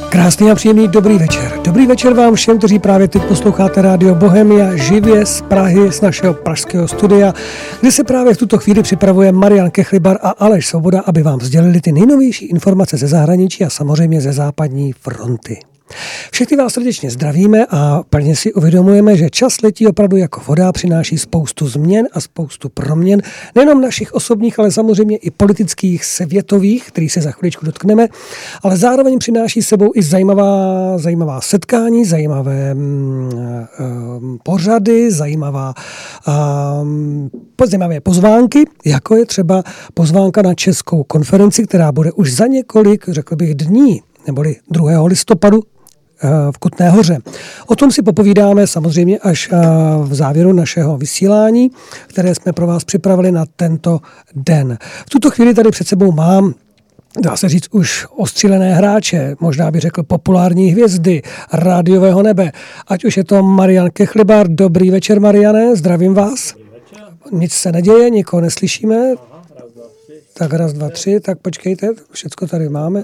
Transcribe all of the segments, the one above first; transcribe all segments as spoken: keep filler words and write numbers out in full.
Krásný a příjemný dobrý večer. Dobrý večer vám všem, kteří právě teď posloucháte Rádio Bohemia živě z Prahy, z našeho pražského studia, kde se právě v tuto chvíli připravuje Marian Kechlibar a Aleš Svoboda, aby vám sdělili ty nejnovější informace ze zahraničí a samozřejmě ze západní fronty. Všechny vás srdečně zdravíme a plně si uvědomujeme, že čas letí opravdu jako voda, přináší spoustu změn a spoustu proměn, nejenom našich osobních, ale samozřejmě i politických, světových, kterých se za chviličku dotkneme, ale zároveň přináší sebou i zajímavá, zajímavá setkání, zajímavé um, um, pořady, zajímavá, um, zajímavé pozvánky, jako je třeba pozvánka na českou konferenci, která bude už za několik, řekl bych, dní, neboli druhého listopadu, v Kutné Hoře. O tom si popovídáme samozřejmě až v závěru našeho vysílání, které jsme pro vás připravili na tento den. V tuto chvíli tady před sebou mám, dá se říct, už ostřílené hráče, možná by řekl populární hvězdy rádiového nebe. Ať už je to Marian Kechlibar. Dobrý večer, Mariane, zdravím vás. Nic se neděje, nikoho neslyšíme. Tak raz, dva, tři, tak počkejte, všecko tady máme.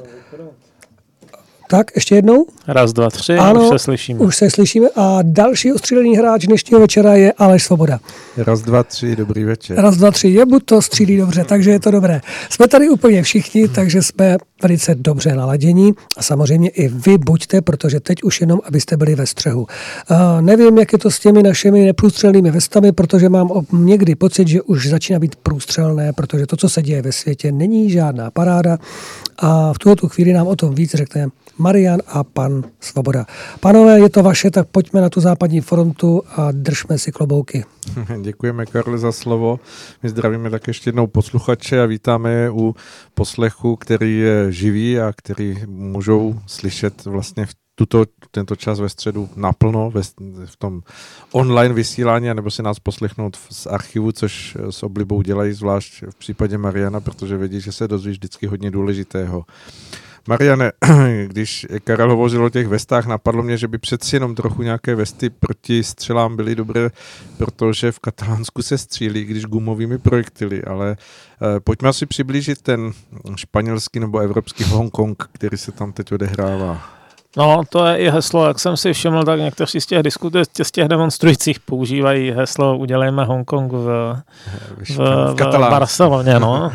Tak, ještě jednou. Raz, dva, tři, ano, už se slyšíme. Už se slyšíme a další ostřílený hráč dnešního večera je Aleš Svoboda. Raz, dva, tři, dobrý večer. Raz, dva, tři, je buď to střílí dobře, takže je to dobré. Jsme tady úplně všichni, takže jsme velice dobře naladění a samozřejmě i vy buďte, protože teď už jenom, abyste byli ve střehu. Uh, nevím, jak je to s těmi našimi neprůstřelnými vestami, protože mám někdy pocit, že už začíná být průstřelné, protože to, co se děje ve světě, není žádná paráda a v tuto chvíli nám o tom víc řekne Marian a pan Svoboda. Pánové, je to vaše, tak pojďme na tu západní frontu a držme si klobouky. Děkujeme, Karle, za slovo. My zdravíme tak ještě jednou posluchače a vítáme je u poslechu, který je živý a který můžou slyšet vlastně v tuto, tento čas ve středu naplno ve, v tom online vysílání, nebo si nás poslechnout z archivu, což s oblibou dělají, zvlášť v případě Mariana, protože vědí, že se dozvíš vždycky hodně důležitého. Mariane, když Karel hovořil o těch vestách, napadlo mě, že by přeci jenom trochu nějaké vesty proti střelám byly dobré, protože v Katalánsku se střílí, když gumovými projektily, ale eh, pojďme si přiblížit ten španělský nebo evropský Hongkong, který se tam teď odehrává. No, to je i heslo, jak jsem si všiml, tak někteří z těch diskutujů, z těch demonstrujících používají heslo udělejme Hongkong v, v, v, v Barceloně, no.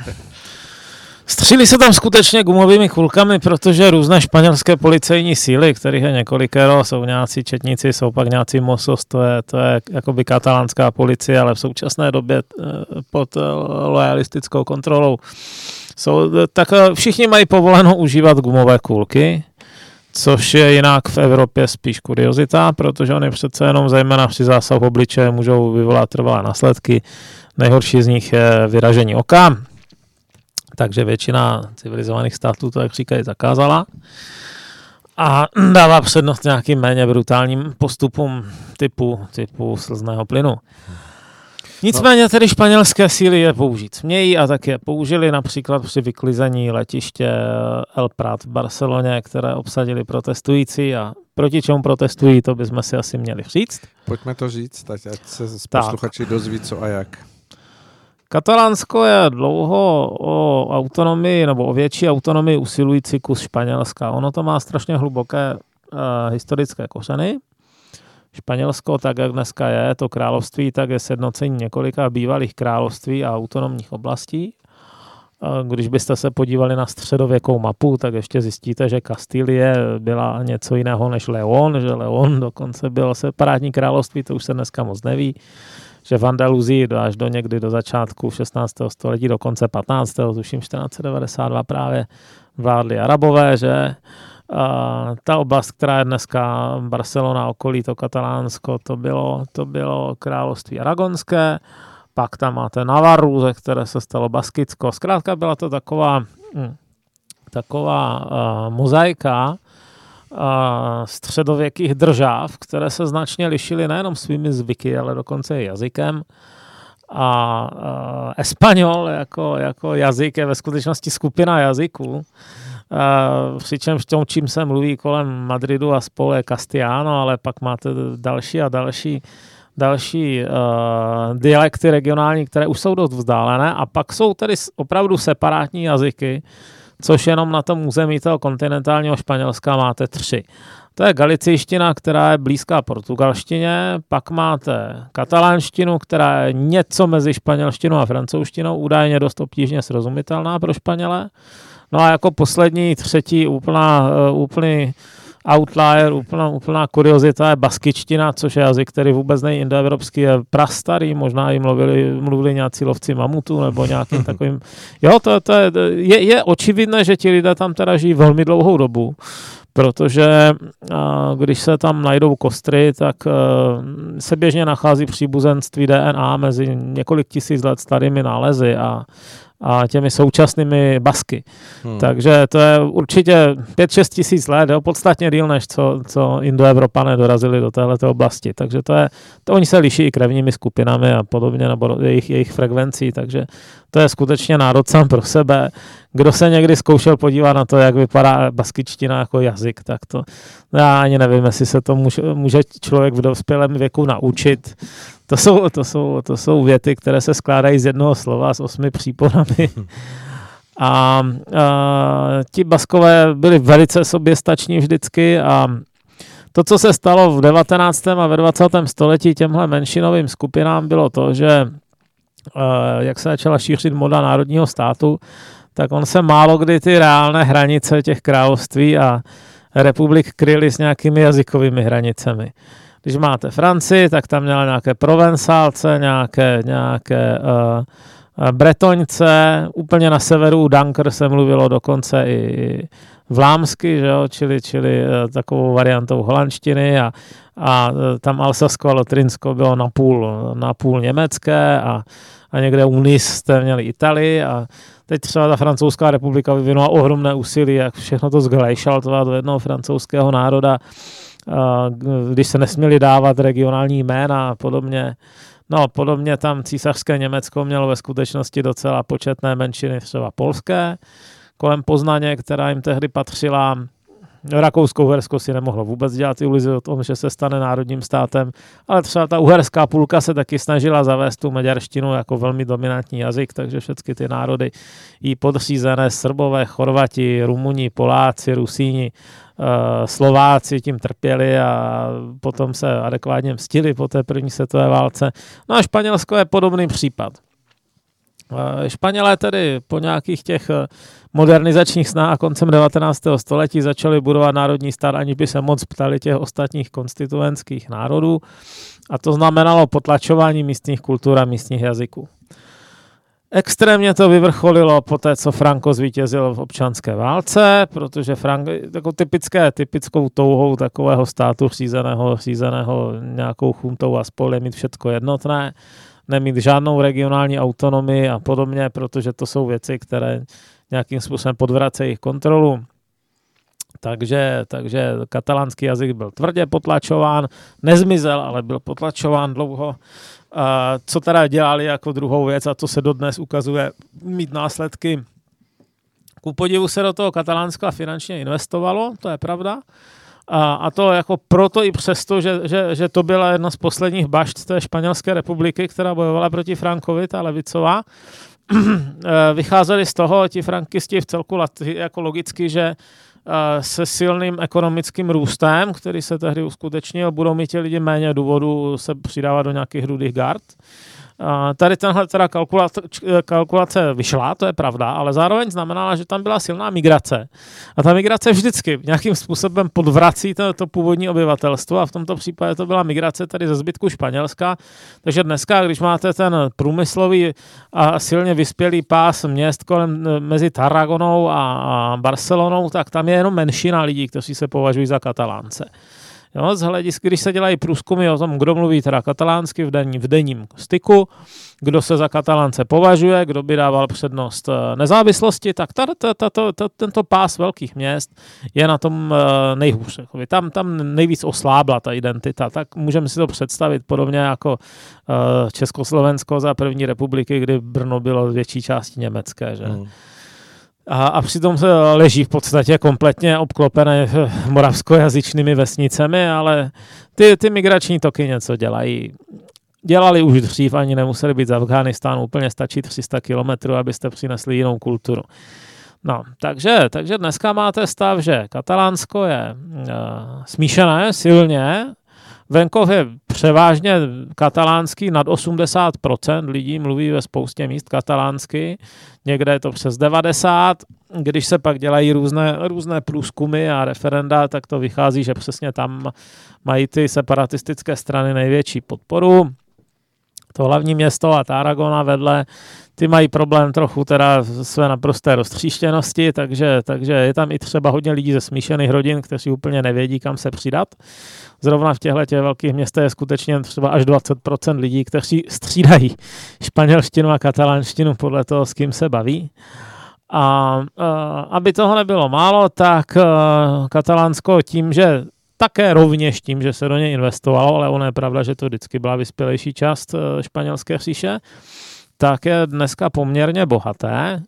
Střílí se tam skutečně gumovými kulkami, protože různé španělské policejní síly, kterých je několikero, jsou nějací četníci, jsou pak nějací Mossos, to je, to je jakoby katalánská policie, ale v současné době pod lojalistickou kontrolou. Jsou, tak všichni mají povoleno užívat gumové kulky, což je jinak v Evropě spíš kuriozita, protože oni přece jenom zejména při zásahu obličeje můžou vyvolat trvalé následky. Nejhorší z nich je vyražení oka, takže většina civilizovaných států to, jak říkají, zakázala a dává přednost nějakým méně brutálním postupům typu, typu slzného plynu. Nicméně tedy španělské síly je použít smějí a tak je použili například při vyklizení letiště El Prat v Barceloně, které obsadili protestující a proti čemu protestují, to bychom si asi měli říct. Pojďme to říct, ať se posluchači dozví co a jak. Katalánsko je dlouho o autonomii nebo o větší autonomii usilující kus Španělska. Ono to má strašně hluboké uh, historické kořeny. Španělsko, tak jak dneska je, to království, tak je sjednocení několika bývalých království a autonomních oblastí. Když byste se podívali na středověkou mapu, tak ještě zjistíte, že Kastilie byla něco jiného než León, že León dokonce byl separátní království, to už se dneska moc neví, že v Andaluzii až do někdy do začátku šestnáctého století, do konce patnáctého tuším čtrnáct set devadesát dva právě vládli Arabové, že a ta oblast, která je dneska Barcelona, okolí, to Katalánsko, to bylo, to bylo království aragonské, pak tam máte Navaru, ze které se stalo Baskicko. Zkrátka byla to taková, hm, taková uh, mozaika uh, středověkých držáv, které se značně lišily nejenom svými zvyky, ale dokonce i jazykem. A uh, espanol jako, jako jazyk je ve skutečnosti skupina jazyků. Uh, přičemž tom, čím se mluví kolem Madridu a spolu je Castellano, ale pak máte další a další, další uh, dialekty regionální, které už jsou dost vzdálené a pak jsou tedy opravdu separátní jazyky, což jenom na tom území toho kontinentálního Španělska máte tři. To je galicejština, která je blízká portugalštině, pak máte katalánštinu, která je něco mezi španělštinou a francouzštinou, údajně dost obtížně srozumitelná pro Španělé. No a jako poslední, třetí, úplná, úplný outlier, úplná, úplná kuriozita je baskičtina, což je jazyk, který vůbec není indoevropský, je prastarý, možná i mluvili, mluvili nějací lovci mamutů nebo nějakým takovým. Jo, to, to je, je, je očividné, že ti lidé tam teda žijí velmi dlouhou dobu, protože a, když se tam najdou kostry, tak a, se běžně nachází příbuzenství D N A mezi několik tisíc let starými nálezy a a těmi současnými Basky. Hmm. Takže to je určitě pět šest tisíc let, jo, podstatně díl, než co, co Indoevropané dorazili do této oblasti. Takže to je, to oni se liší i krevními skupinami a podobně, nebo jejich, jejich frekvencí, takže to je skutečně národ sám pro sebe. Kdo se někdy zkoušel podívat na to, jak vypadá baskičtina jako jazyk, tak to já ani nevím, jestli se to může, může člověk v dospělém věku naučit. To jsou, to, jsou, to jsou věty, které se skládají z jednoho slova s osmi příporami. A, a ti Baskové byli velice soběstační vždycky a to, co se stalo v devatenáctém a ve dvacátém století těmhle menšinovým skupinám, bylo to, že jak se začala šířit moda národního státu, tak on se málo kdy ty reálné hranice těch království a republik kryly s nějakými jazykovými hranicemi. Když máte Francii, tak tam měla nějaké Provencálce, nějaké, nějaké uh, Bretoňce, úplně na severu u Dunker se mluvilo dokonce i vlámsky, že jo? Čili, čili uh, takovou variantou holandštiny a, a uh, tam Alsasko a Lotrinsko bylo napůl, napůl německé a, a někde u Nice jste měli Italii a teď třeba ta francouzská republika vyvinula ohromné úsilí, jak všechno to zglejšaltovat do jednoho francouzského národa, když se nesměli dávat regionální jména a podobně. No, podobně tam císařské Německo mělo ve skutečnosti docela početné menšiny, třeba polské, kolem Poznaně, která jim tehdy patřila. Rakousko-Uhersko si nemohlo vůbec dělat iluzi o tom, že se stane národním státem, ale třeba ta uherská půlka se taky snažila zavést tu maďarštinu jako velmi dominantní jazyk, takže všechny ty národy jí podřízené, Srbové, Chorvati, Rumuni, Poláci, Rusíni, Slováci tím trpěli a potom se adekvátně mstili po té první světové válce. No a Španělsko je podobný případ. Španělé tedy po nějakých těch modernizačních snách a koncem devatenáctého století začali budovat národní stát, aniž by se moc ptali těch ostatních konstituentských národů. A to znamenalo potlačování místních kultur a místních jazyků. Extrémně to vyvrcholilo po té, co Franco zvítězil v občanské válce, protože Franco, jako typické, typickou touhou takového státu řízeného, řízeného nějakou chuntou a spol je mít všechno jednotné, nemít žádnou regionální autonomii a podobně, protože to jsou věci, které nějakým způsobem podvracejí jejich kontrolu. Takže, takže katalánský jazyk byl tvrdě potlačován, nezmizel, ale byl potlačován dlouho. A co teda dělali jako druhou věc a co se dodnes ukazuje mít následky. Ku podivu se do toho Katalánska finančně investovalo, to je pravda. A, a to jako proto i přesto, že, že, že to byla jedna z posledních bašt té Španělské republiky, která bojovala proti Frankovi, ta levicová. Vycházeli z toho ti frankisti v celku jako logicky, že se silným ekonomickým růstem, který se tehdy uskutečnil, budou mít ti lidi méně důvodu se přidávat do nějakých rudých gard. Tady tenhle teda kalkulace, kalkulace vyšla, to je pravda, ale zároveň znamenala, že tam byla silná migrace. A ta migrace vždycky nějakým způsobem podvrací to, to původní obyvatelstvo a v tomto případě to byla migrace tady ze zbytku Španělska. Takže dneska, když máte ten průmyslový a silně vyspělý pás měst kolem mezi Tarragonou a, a Barcelonou, tak tam je jenom menšina lidí, kteří se považují za Katalánce. Jo, z hlediska, když se dělají průzkumy o tom, kdo mluví teda katalánsky v, den, v denním styku, kdo se za Katalánce považuje, kdo by dával přednost nezávislosti, tak ta, ta, ta, ta, ta, tento pás velkých měst je na tom nejhůř. Tam, tam nejvíc oslábla ta identita, tak můžeme si to představit podobně jako Československo za první republiky, kdy Brno bylo v větší části německé, že? Hmm. A, a přitom se leží v podstatě kompletně obklopené moravskojazyčnými vesnicemi, ale ty, ty migrační toky něco dělají. Dělali už dřív, ani nemuseli být z Afghánistánu, úplně stačí tři sta kilometrů, abyste přinesli jinou kulturu. No, takže, takže dneska máte stav, že Katalánsko je uh, smíšené silně, venkov je převážně katalánský, nad osmdesát procent lidí mluví ve spoustě míst katalánsky, někde je to přes devadesát procent, když se pak dělají různé, různé průzkumy a referenda, tak to vychází, že přesně tam mají ty separatistické strany největší podporu. To hlavní město a Tarragona vedle, ty mají problém trochu teda své naprosté roztříštěnosti, takže, takže je tam i třeba hodně lidí ze smíšených rodin, kteří úplně nevědí, kam se přidat. Zrovna v těchto těch velkých městech je skutečně třeba až dvacet procent lidí, kteří střídají španělštinu a katalánštinu podle toho, s kým se baví. A uh, aby toho nebylo málo, tak uh, Katalánsko tím, že také rovněž tím, že se do něj investovalo, ale ono je pravda, že to vždycky byla vyspělejší část uh, španělské říše, tak je dneska poměrně bohaté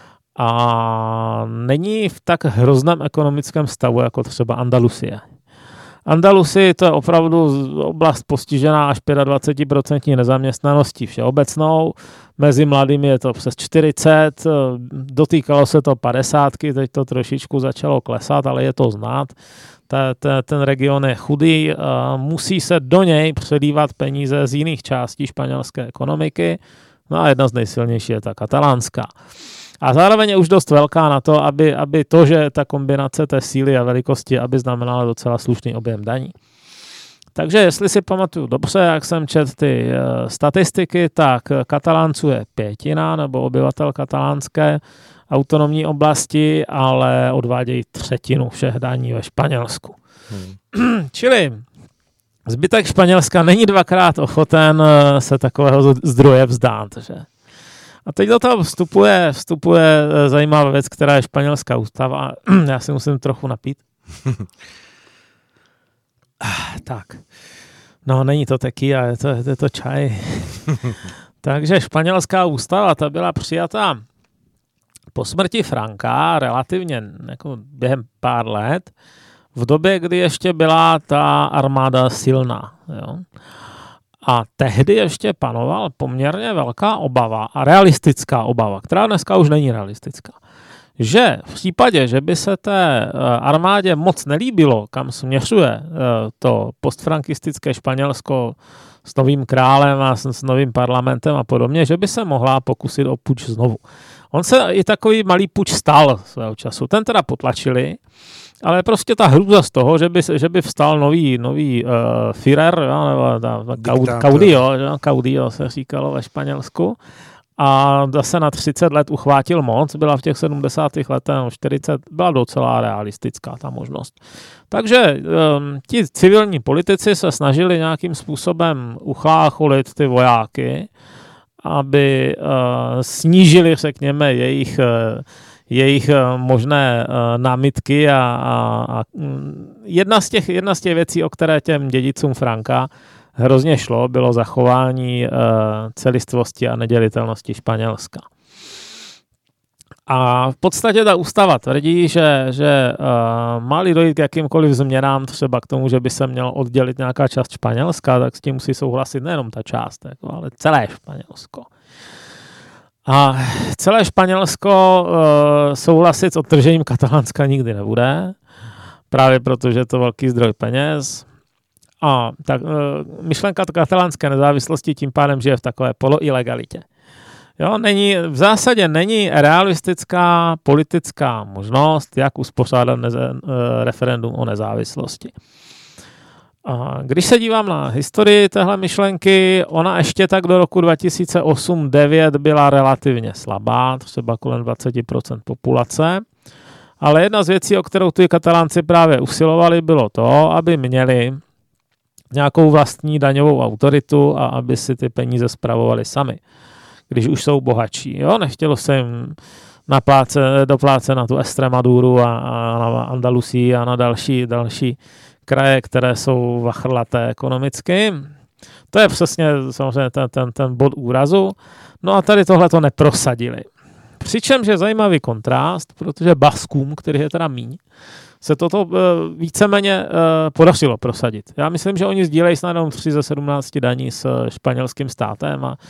a není v tak hrozném ekonomickém stavu, jako třeba Andalusie. Andalusii to je opravdu oblast postižená až dvacet pět procent nezaměstnaností všeobecnou, mezi mladými je to přes čtyřicet, dotýkalo se to padesátky, teď to trošičku začalo klesat, ale je to znát. Ta, ta, ten region je chudý, musí se do něj přelívat peníze z jiných částí španělské ekonomiky, no a jedna z nejsilnějších je ta katalánská. A zároveň je už dost velká na to, aby, aby to, že ta kombinace té síly a velikosti, aby znamenala docela slušný objem daní. Takže jestli si pamatuju dobře, jak jsem četl ty uh, statistiky, tak Katalánců je pětina nebo obyvatel katalánské autonomní oblasti, ale odvádějí třetinu všech daní ve Španělsku. Hmm. Čili zbytek Španělska není dvakrát ochoten se takového zdroje vzdát, že? A teď do toho vstupuje, vstupuje zajímavá věc, která je španělská ústava. Já si musím trochu napít. Tak. No, není to tequila, je to, je to čaj. Takže španělská ústava, ta byla přijata po smrti Franka relativně jako během pár let, v době, kdy ještě byla ta armáda silná. Jo. A tehdy ještě panoval poměrně velká obava a realistická obava, která dneska už není realistická. Že v případě, že by se té armádě moc nelíbilo, kam směřuje to postfrankistické Španělsko s novým králem a s novým parlamentem a podobně, že by se mohla pokusit o puč znovu. On se i takový malý puč stal svého času. Ten teda potlačili, ale prostě ta hrůza z toho, že by, že by vstal nový, nový uh, Führer, jo, nebo ta, Caudillo, jo, Caudillo se říkalo ve Španělsku, a zase na třicet let uchvátil moc, byla v těch sedmdesátých letech, čtyřicet, byla docela realistická ta možnost. Takže um, ti civilní politici se snažili nějakým způsobem uchlácholit ty vojáky, aby uh, snížili, řekněme, jejich uh, jejich možné námitky a, a, a jedna, z těch, jedna z těch věcí, o které těm dědicům Franka hrozně šlo, bylo zachování uh, celistvosti a nedělitelnosti Španělska. A v podstatě ta ústava tvrdí, že, že uh, má-li dojít k jakýmkoliv změnám, třeba k tomu, že by se mělo oddělit nějaká část Španělska, tak s tím musí souhlasit nejenom ta část, jako, ale celé Španělsko. A celé Španělsko uh, souhlasit s odtržením Katalánska nikdy nebude, právě protože je to velký zdroj peněz. A tak, uh, myšlenka katalánské nezávislosti tím pádem žije v takové poloilegalitě. Jo, není, v zásadě není realistická politická možnost, jak uspořádat neze, uh, referendum o nezávislosti. A když se dívám na historii téhle myšlenky, ona ještě tak do roku dva tisíce osm devět byla relativně slabá, třeba kolem dvacet procent populace. Ale jedna z věcí, o kterou tu Katalánci právě usilovali, bylo to, aby měli nějakou vlastní daňovou autoritu a aby si ty peníze spravovali sami, když už jsou bohatší. Jo? Nechtělo se jim napláce, dopláce na tu Extremaduru a, a na Andalusii a na další, další kraje, které jsou vachrlaté ekonomicky. To je přesně samozřejmě ten, ten, ten bod úrazu. No a tady tohle to neprosadili. Přičemž je zajímavý kontrast, protože Baskům, který je teda míň, se toto uh, víceméně uh, podařilo prosadit. Já myslím, že oni sdílejí snad jenom tři ze sedmnácti daní s španělským státem a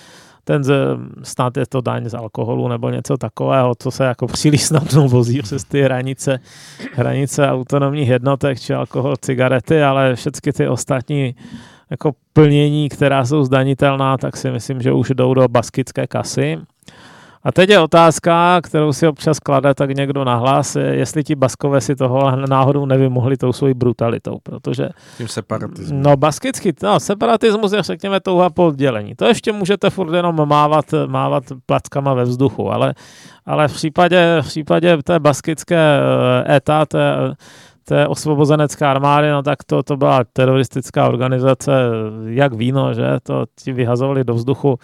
ten z, snad je to daň z alkoholu nebo něco takového, co se jako příliš snadno vozí přes ty hranice, hranice autonomních jednotek, či alkohol, cigarety, ale všechny ty ostatní jako plnění, která jsou zdanitelná, tak si myslím, že už jdou do baskické kasy. A teď je otázka, kterou si občas klade tak někdo nahlas, jestli ti Baskové si toho náhodou nevymohli tou svojí brutalitou, protože... Tím separatismus. No, baskický, no, separatismus je, řekněme, touha po oddělení. To ještě můžete furt jenom mávat, mávat plackama ve vzduchu, ale, ale v případě, v případě té baskické eta, té, té osvobozenecké armády, no tak to, to byla teroristická organizace, jak víno, že? To ti vyhazovali do vzduchu.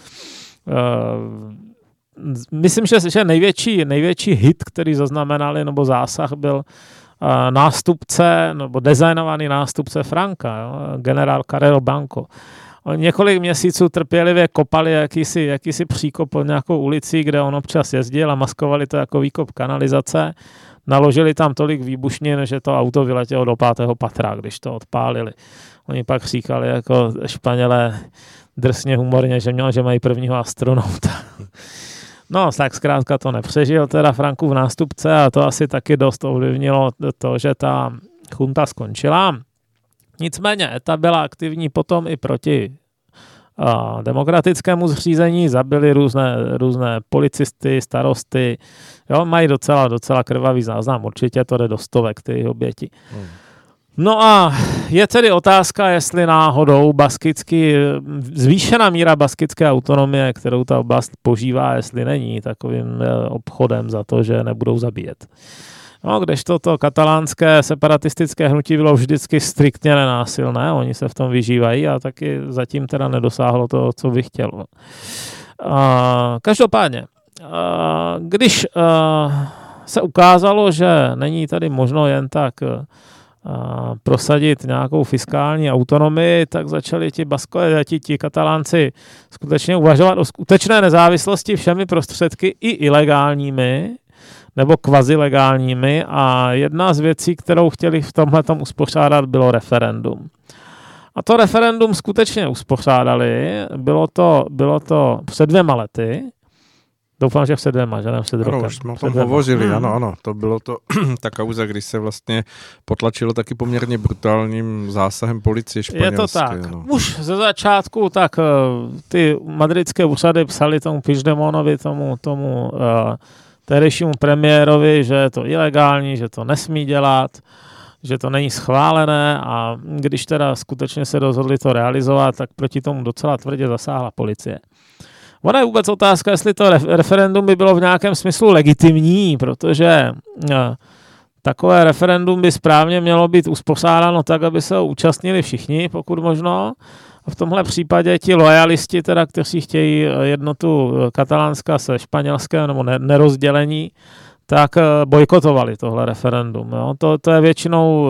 Myslím, že, že největší, největší hit, který zaznamenali, nebo zásah, byl uh, nástupce, nebo designovaný nástupce Franka, jo, generál Carrero Blanco. Oni několik měsíců trpělivě kopali jakýsi, jakýsi příkop pod nějakou ulicí, kde on občas jezdil a maskovali to jako výkop kanalizace. Naložili tam tolik výbušnin, že to auto vyletělo do pátého patra, když to odpálili. Oni pak říkali jako Španělé drsně humorně, že měl, že mají prvního astronauta. No, tak zkrátka to nepřežil, teda Frankův nástupce, a to asi taky dost ovlivnilo to, že ta chunta skončila. Nicméně ETA byla aktivní potom i proti a, demokratickému zřízení, zabili různé, různé policisty, starosty, jo, mají docela, docela krvavý záznam, určitě to jde do stovek, ty oběti. Hmm. No a je tedy otázka, jestli náhodou baskický, zvýšená míra baskické autonomie, kterou ta oblast požívá, jestli není takovým obchodem za to, že nebudou zabíjet. No, kdežto to katalánské separatistické hnutí bylo vždycky striktně nenásilné, oni se v tom vyžívají a taky zatím teda nedosáhlo to, co by chtělo. A, každopádně, a, když a, se ukázalo, že není tady možno jen tak a prosadit nějakou fiskální autonomii, tak začali ti Baskové, ti, ti Katalánci skutečně uvažovat o skutečné nezávislosti všemi prostředky i ilegálními nebo kvazilegálními, a jedna z věcí, kterou chtěli v tomhletom uspořádat, bylo referendum. A to referendum skutečně uspořádali, bylo to, bylo to před dvěma lety. Doufám, že před dvěma, že ne před rokem. Ano, už jsme o tom hovořili, hmm. ano, ano. To bylo to, ta kauza, když se vlastně potlačilo taky poměrně brutálním zásahem policie španělské. Je to tak. No. Už ze začátku tak ty madridské úřady psali tomu Puigdemontovi, tomu, tomu uh, tehdejšímu premiérovi, že je to ilegální, že to nesmí dělat, že to není schválené, a když teda skutečně se rozhodli to realizovat, tak proti tomu docela tvrdě zasáhla policie. Ona je vůbec otázka, jestli to referendum by bylo v nějakém smyslu legitimní, protože takové referendum by správně mělo být uspořádáno tak, aby se ho účastnili všichni, pokud možno. A v tomhle případě ti lojalisti, teda, kteří chtějí jednotu Katalánska se španělského nebo nerozdělení, tak bojkotovali tohle referendum. Jo. To, to je většinou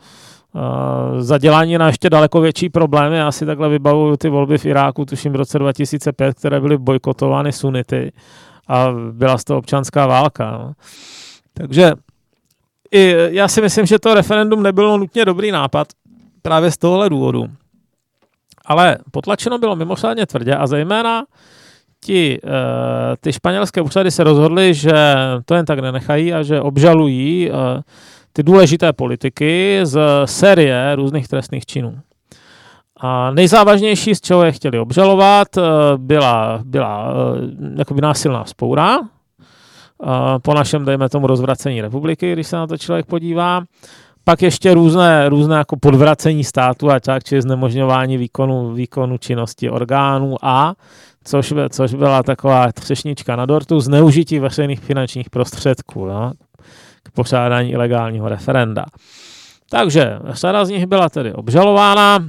Uh, zadělání na ještě daleko větší problémy. Já si takhle vybavuju ty volby v Iráku, tuším v roce dva tisíce pět, které byly bojkotovány sunity a byla z toho občanská válka. No. Takže i já si myslím, že to referendum nebylo nutně dobrý nápad právě z tohohle důvodu. Ale potlačeno bylo mimořádně tvrdě a zejména ti, uh, ty španělské úřady se rozhodly, že to jen tak nenechají a že obžalují uh, ty důležité politiky z série různých trestných činů. A nejzávažnější, z čeho je chtěli obžalovat, byla, byla jakoby násilná vzpoura. Po našem, dejme tomu, rozvracení republiky, když se na to člověk podívá. Pak ještě různé, různé jako podvracení státu a tak, či znemožňování výkonu, výkonu činnosti orgánů a, což, což byla taková třešnička na dortu, zneužití veřejných finančních prostředků, no, k pořádání ilegálního referenda. Takže řada z nich byla tedy obžalována.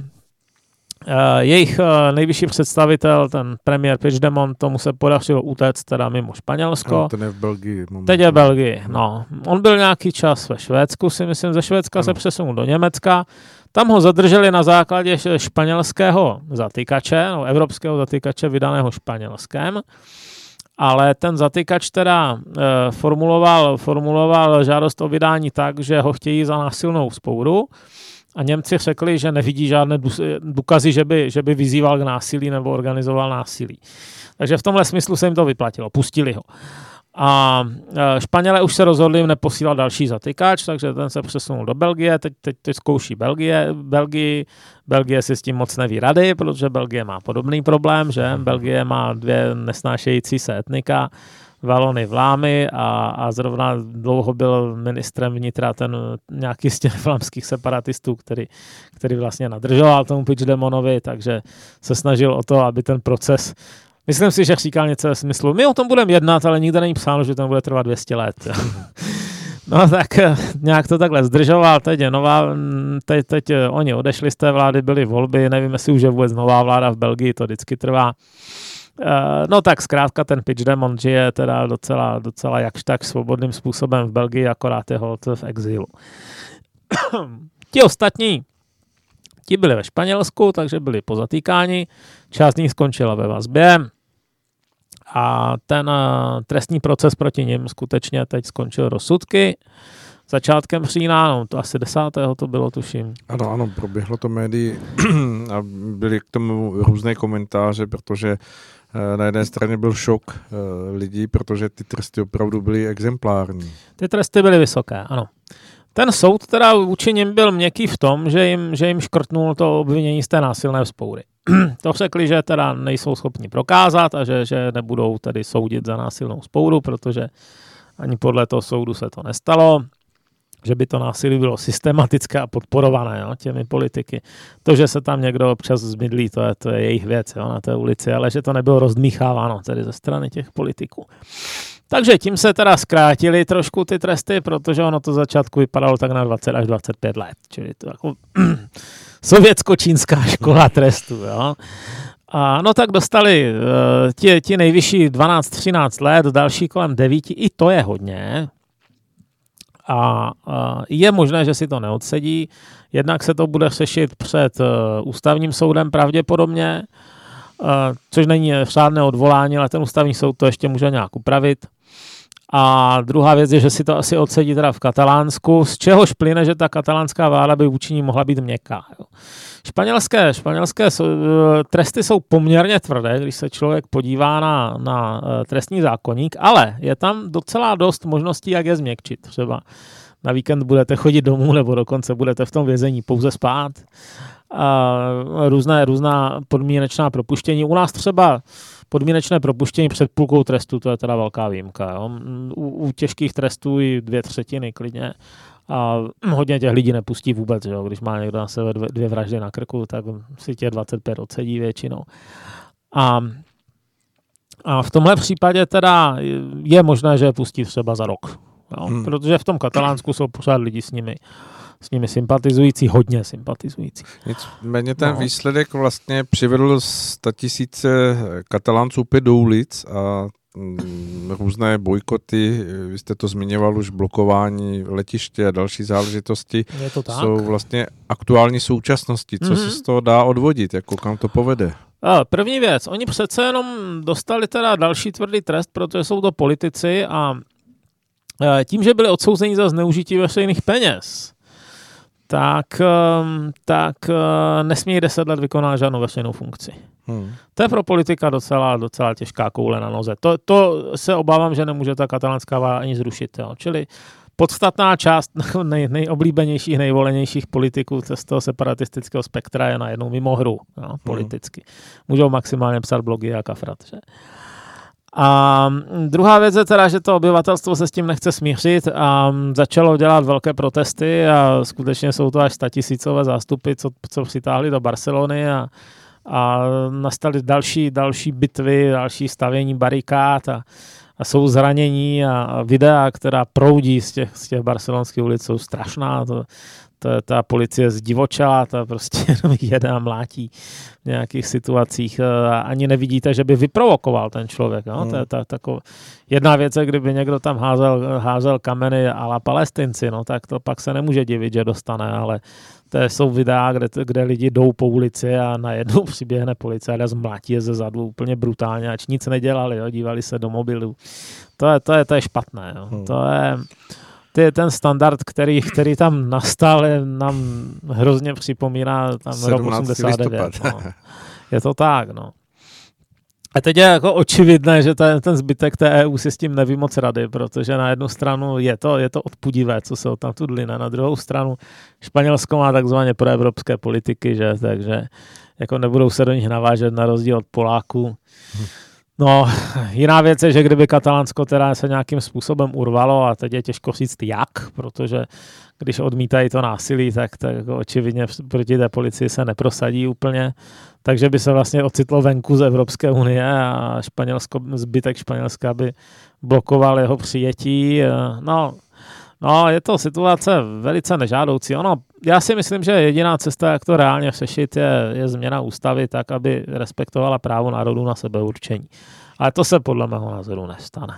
Jejich nejvyšší představitel, ten premiér Puigdemont, tomu se podařilo utéct teda mimo Španělsko. No, ten je v Belgii. Moment. Teď je v Belgii, no. On byl nějaký čas ve Švédsku, si myslím, ze Švédska ano. se přesunul do Německa. Tam ho zadrželi na základě španělského zatykače, no, evropského zatykače vydaného Španělskem. Ale ten zatykač teda e, formuloval, formuloval žádost o vydání tak, že ho chtějí za násilnou vzpouru a Němci řekli, že nevidí žádné důkazy, že by, že by vyzýval k násilí nebo organizoval násilí. Takže v tomhle smyslu se jim to vyplatilo, pustili ho. A Španělé už se rozhodli neposílat další zatykač, takže ten se přesunul do Belgie, teď, teď, teď zkouší Belgie, Belgii. Belgie si s tím moc neví rady, protože Belgie má podobný problém, že Belgie má dvě nesnášející se etnika, Valony, Vlámy a, a zrovna dlouho byl ministrem vnitra ten nějaký z těch vlámských separatistů, který, který vlastně nadržoval tomu Puigdemontovi, takže se snažil o to, aby ten proces, myslím si, že říkal něco ve smyslu, my o tom budeme jednat, ale nikde není psáno, že to bude trvat dvě stě let. No tak nějak to takhle zdržoval, teď je nová, teď, teď oni odešli z té vlády, byly volby, nevím, jestli už je vůbec nová vláda v Belgii, to vždycky trvá. No tak zkrátka ten Puigdemont žije teda docela, docela jakž tak svobodným způsobem v Belgii, akorát je holt v exilu. Ti ostatní, ti byli ve Španělsku, takže byli pozatýkáni, část z nich skončila ve vazbě a ten trestní proces proti nim skutečně teď skončil rozsudky. Začátkem října, no to asi desátého to bylo, tuším. Ano, ano, proběhlo to médii a byly k tomu různé komentáře, protože na jedné straně byl šok lidí, protože ty tresty opravdu byly exemplární. Ty tresty byly vysoké, ano. Ten soud teda vůči nim byl měkký v tom, že jim, že jim škrtnul to obvinění z té násilné vzpoury. To řekli, že teda nejsou schopni prokázat a že, že nebudou tedy soudit za násilnou vzpouru, protože ani podle toho soudu se to nestalo, že by to násilí bylo systematické a podporované, jo, těmi politiky. To, že se tam někdo občas zmydlí, to je, to je jejich věc, jo, na té ulici, ale že to nebylo rozdmícháváno tedy ze strany těch politiků. Takže tím se teda zkrátili trošku ty tresty, protože ono to začátku vypadalo tak na dvacet až dvacet pět let, čili to jako sovětsko-čínská škola trestů, jo. A no tak dostali uh, ti, ti nejvyšší dvanáct třináct let, další kolem devět, i to je hodně. A uh, je možné, že si to neodsedí. Jednak se to bude řešit před uh, ústavním soudem pravděpodobně, uh, což není řádné odvolání, ale ten ústavní soud to ještě může nějak upravit. A druhá věc je, že si to asi odsedí teda v Katalánsku, z čehož plyne, že ta katalánská vláda by vůči ní mohla být měkká. Jo. Španělské, španělské tresty jsou poměrně tvrdé, když se člověk podívá na, na trestní zákoník, ale je tam docela dost možností, jak je změkčit. Třeba na víkend budete chodit domů, nebo dokonce budete v tom vězení pouze spát. A různé, různá podmínečná propuštění. U nás třeba podmínečné propuštění před půlkou trestu, to je teda velká výjimka. Jo. U, u těžkých trestů i dvě třetiny klidně. A hodně těch lidí nepustí vůbec, jo. Když má někdo na sebe dvě, dvě vraždy na krku, tak si tě dvacet pět odsedí většinou. A, a v tomhle případě teda je možné, že je pustí třeba za rok. Jo. Hmm. Protože v tom Katalánsku jsou pořád lidi s nimi, s nimi sympatizující, hodně sympatizující. Nicméně ten no. výsledek vlastně přivedl statisíce Katalánců opět do ulic a různé bojkoty, vy jste to zmiňoval už, blokování letiště a další záležitosti jsou vlastně aktuální současnosti. Co mm-hmm. se z toho dá odvodit, jako kam to povede? První věc, oni přece jenom dostali teda další tvrdý trest, protože jsou to politici a tím, že byli odsouzeni za zneužití veřejných peněz, tak, tak nesmí deset let vykonávat žádnou veřejnou funkci. Hmm. To je pro politika docela, docela těžká koule na noze. To, to se obávám, že nemůže ta katalánská vláda ani zrušit. Jo. Čili podstatná část nej, nejoblíbenějších, nejvolenějších politiků z toho separatistického spektra je najednou mimo hru, jo, politicky. Můžou maximálně psát blogy a kafrat. Že? A druhá věc je teda, že to obyvatelstvo se s tím nechce smířit a začalo dělat velké protesty a skutečně jsou to až statisícové zástupy, co, co přitáhli do Barcelony a, a nastaly další, další bitvy, další stavění barikád a, a jsou zranění a videa, která proudí z těch, z těch barcelonských ulic, jsou strašná. To, to je ta policie zdivočela, ta prostě jenom jede a mlátí v nějakých situacích. Ani nevidíte, že by vyprovokoval ten člověk. No? Hmm. To je ta, tako... Jedna věc je, kdyby někdo tam házel, házel kameny a la Palestinci, no, tak to pak se nemůže divit, že dostane, ale to jsou videa, kde, kde lidi jdou po ulici a najednou přiběhne policie a zmlátí je ze zadu úplně brutálně, ač nic nedělali, jo? Dívali se do mobilu. To je, to je, to je špatné. Jo? Hmm. To je... ty, ten standard, který, který tam nastal, je, nám hrozně připomíná tam rok osmdesát devět. No. Je to tak, no. A teď je jako očividné, že ten, ten zbytek té E U si s tím neví moc rady, protože na jednu stranu je to, je to odpudivé, co se tam tu dline, na druhou stranu Španělsko má takzvaně proevropské politiky, že, takže jako nebudou se do nich navážet na rozdíl od Poláků. No, jiná věc je, že kdyby Katalánsko teda se nějakým způsobem urvalo, a teď je těžko říct jak, protože když odmítají to násilí, tak, tak jako očividně proti té policii se neprosadí úplně, takže by se vlastně ocitlo venku z Evropské unie a Španělsko, zbytek Španělska by blokoval jeho přijetí. No, no, je to situace velice nežádoucí. Ono, já si myslím, že jediná cesta, jak to reálně řešit, je, je změna ústavy tak, aby respektovala právo národů na sebeurčení. Ale to se podle mého názoru nestane.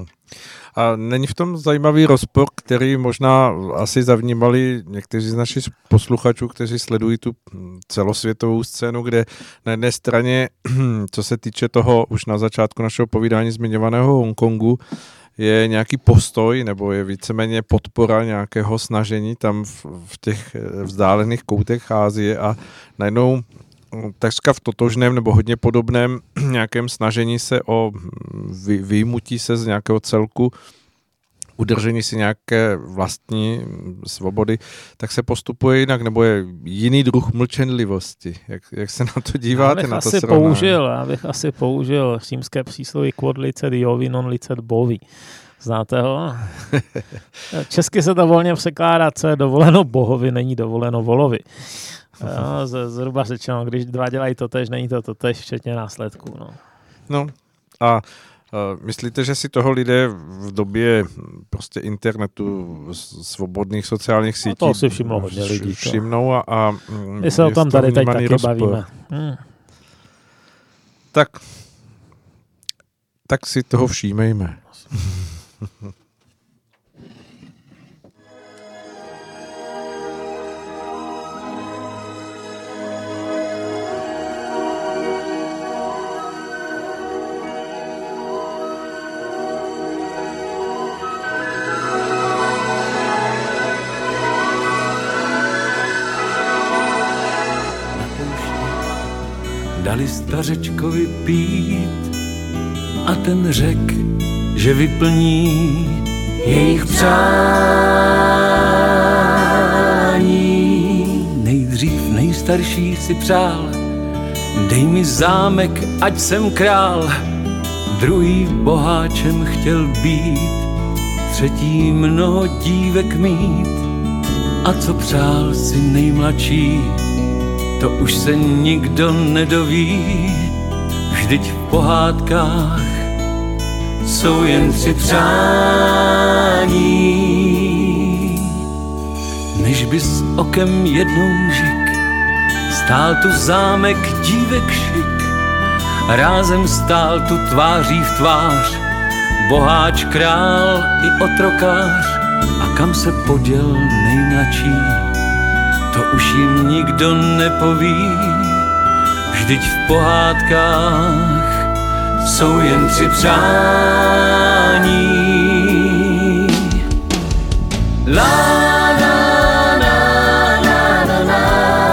A není v tom zajímavý rozpor, který možná asi zavnímali někteří z našich posluchačů, kteří sledují tu celosvětovou scénu, kde na jedné straně, co se týče toho už na začátku našeho povídání zmiňovaného Hongkongu, je nějaký postoj nebo je víceméně podpora nějakého snažení tam v, v těch vzdálených koutech Asie a najednou takřka v totožném nebo hodně podobném nějakém snažení se o vy, vyjmutí se z nějakého celku, udržení si nějaké vlastní svobody, tak se postupuje jinak, nebo je jiný druh mlčenlivosti. Jak, jak se na to díváte? Já bych, na to asi použil, já bych asi použil římské přísloví quod licet Jovi, non licet bovi. Znáte ho? Česky se to volně překládá, co je dovoleno bohovi, není dovoleno volovi. Jo, zhruba řečeno, když dva dělají totéž, není to totéž, včetně následků. No, no a uh, myslíte, že si toho lidé v době prostě internetu, svobodných sociálních sítí no to si všimlo hodně lidí. Všimnou a, a my se o tom tady teď taky rozpor. bavíme. Hmm. Tak, tak si toho všímejme. Dali stařečkovi pít a ten řek, že vyplní jejich přání. Nejdřív nejstarší si přál, dej mi zámek, ať jsem král. Druhý boháčem chtěl být, třetí mnoho dívek mít. A co přál si nejmladší, to už se nikdo nedoví, vždyť v pohádkách jsou jen tři přání. Než bys okem jednou žik, stál tu zámek dívek šik, rázem stál tu tváří v tvář, boháč, král i otrokář. A kam se poděl nejmladší, to už jim nikdo nepoví, vždyť v pohádkách jsou jen tři přání. La, na, na, na, na, na.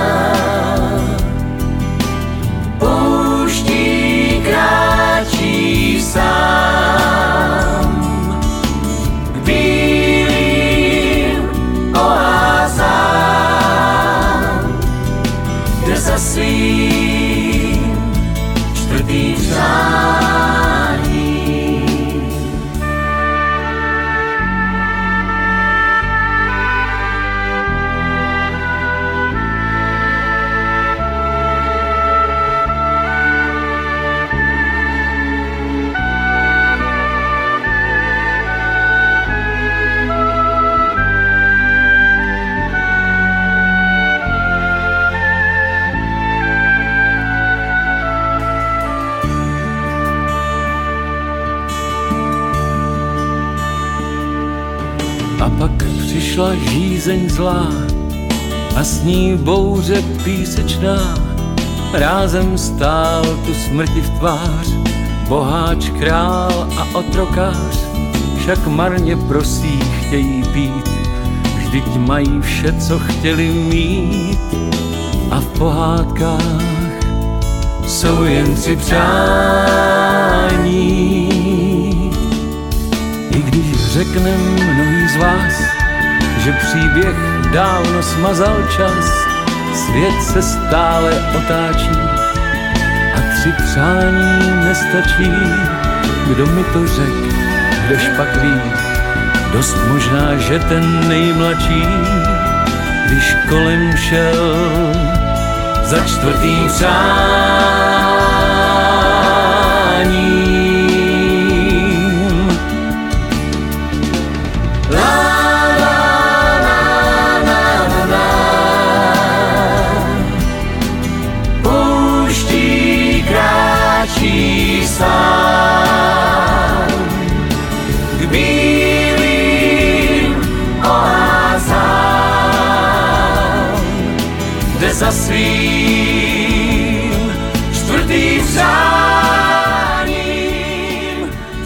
Pouští kráčí sám k bílým oázám, kde za svým čtvrtým přání. A pak přišla žízeň zlá a s ní bouře písečná. Rázem stál tu smrti v tvář, boháč, král a otrokář. však marně prosí, chtějí pít, vždyť mají vše, co chtěli mít. A v pohádkách jsou jen tři přání. I když řekne mnohý z vás, že příběh dávno smazal čas, svět se stále otáčí a tři přání nestačí. Kdo mi to řek, kdož pak ví, dost možná, že ten nejmladší, když kolem šel za čtvrtým přáním. La, la, la, la, la. Pouští kráčí sám k bílým oázám, kde za svým čtvrtým přáním,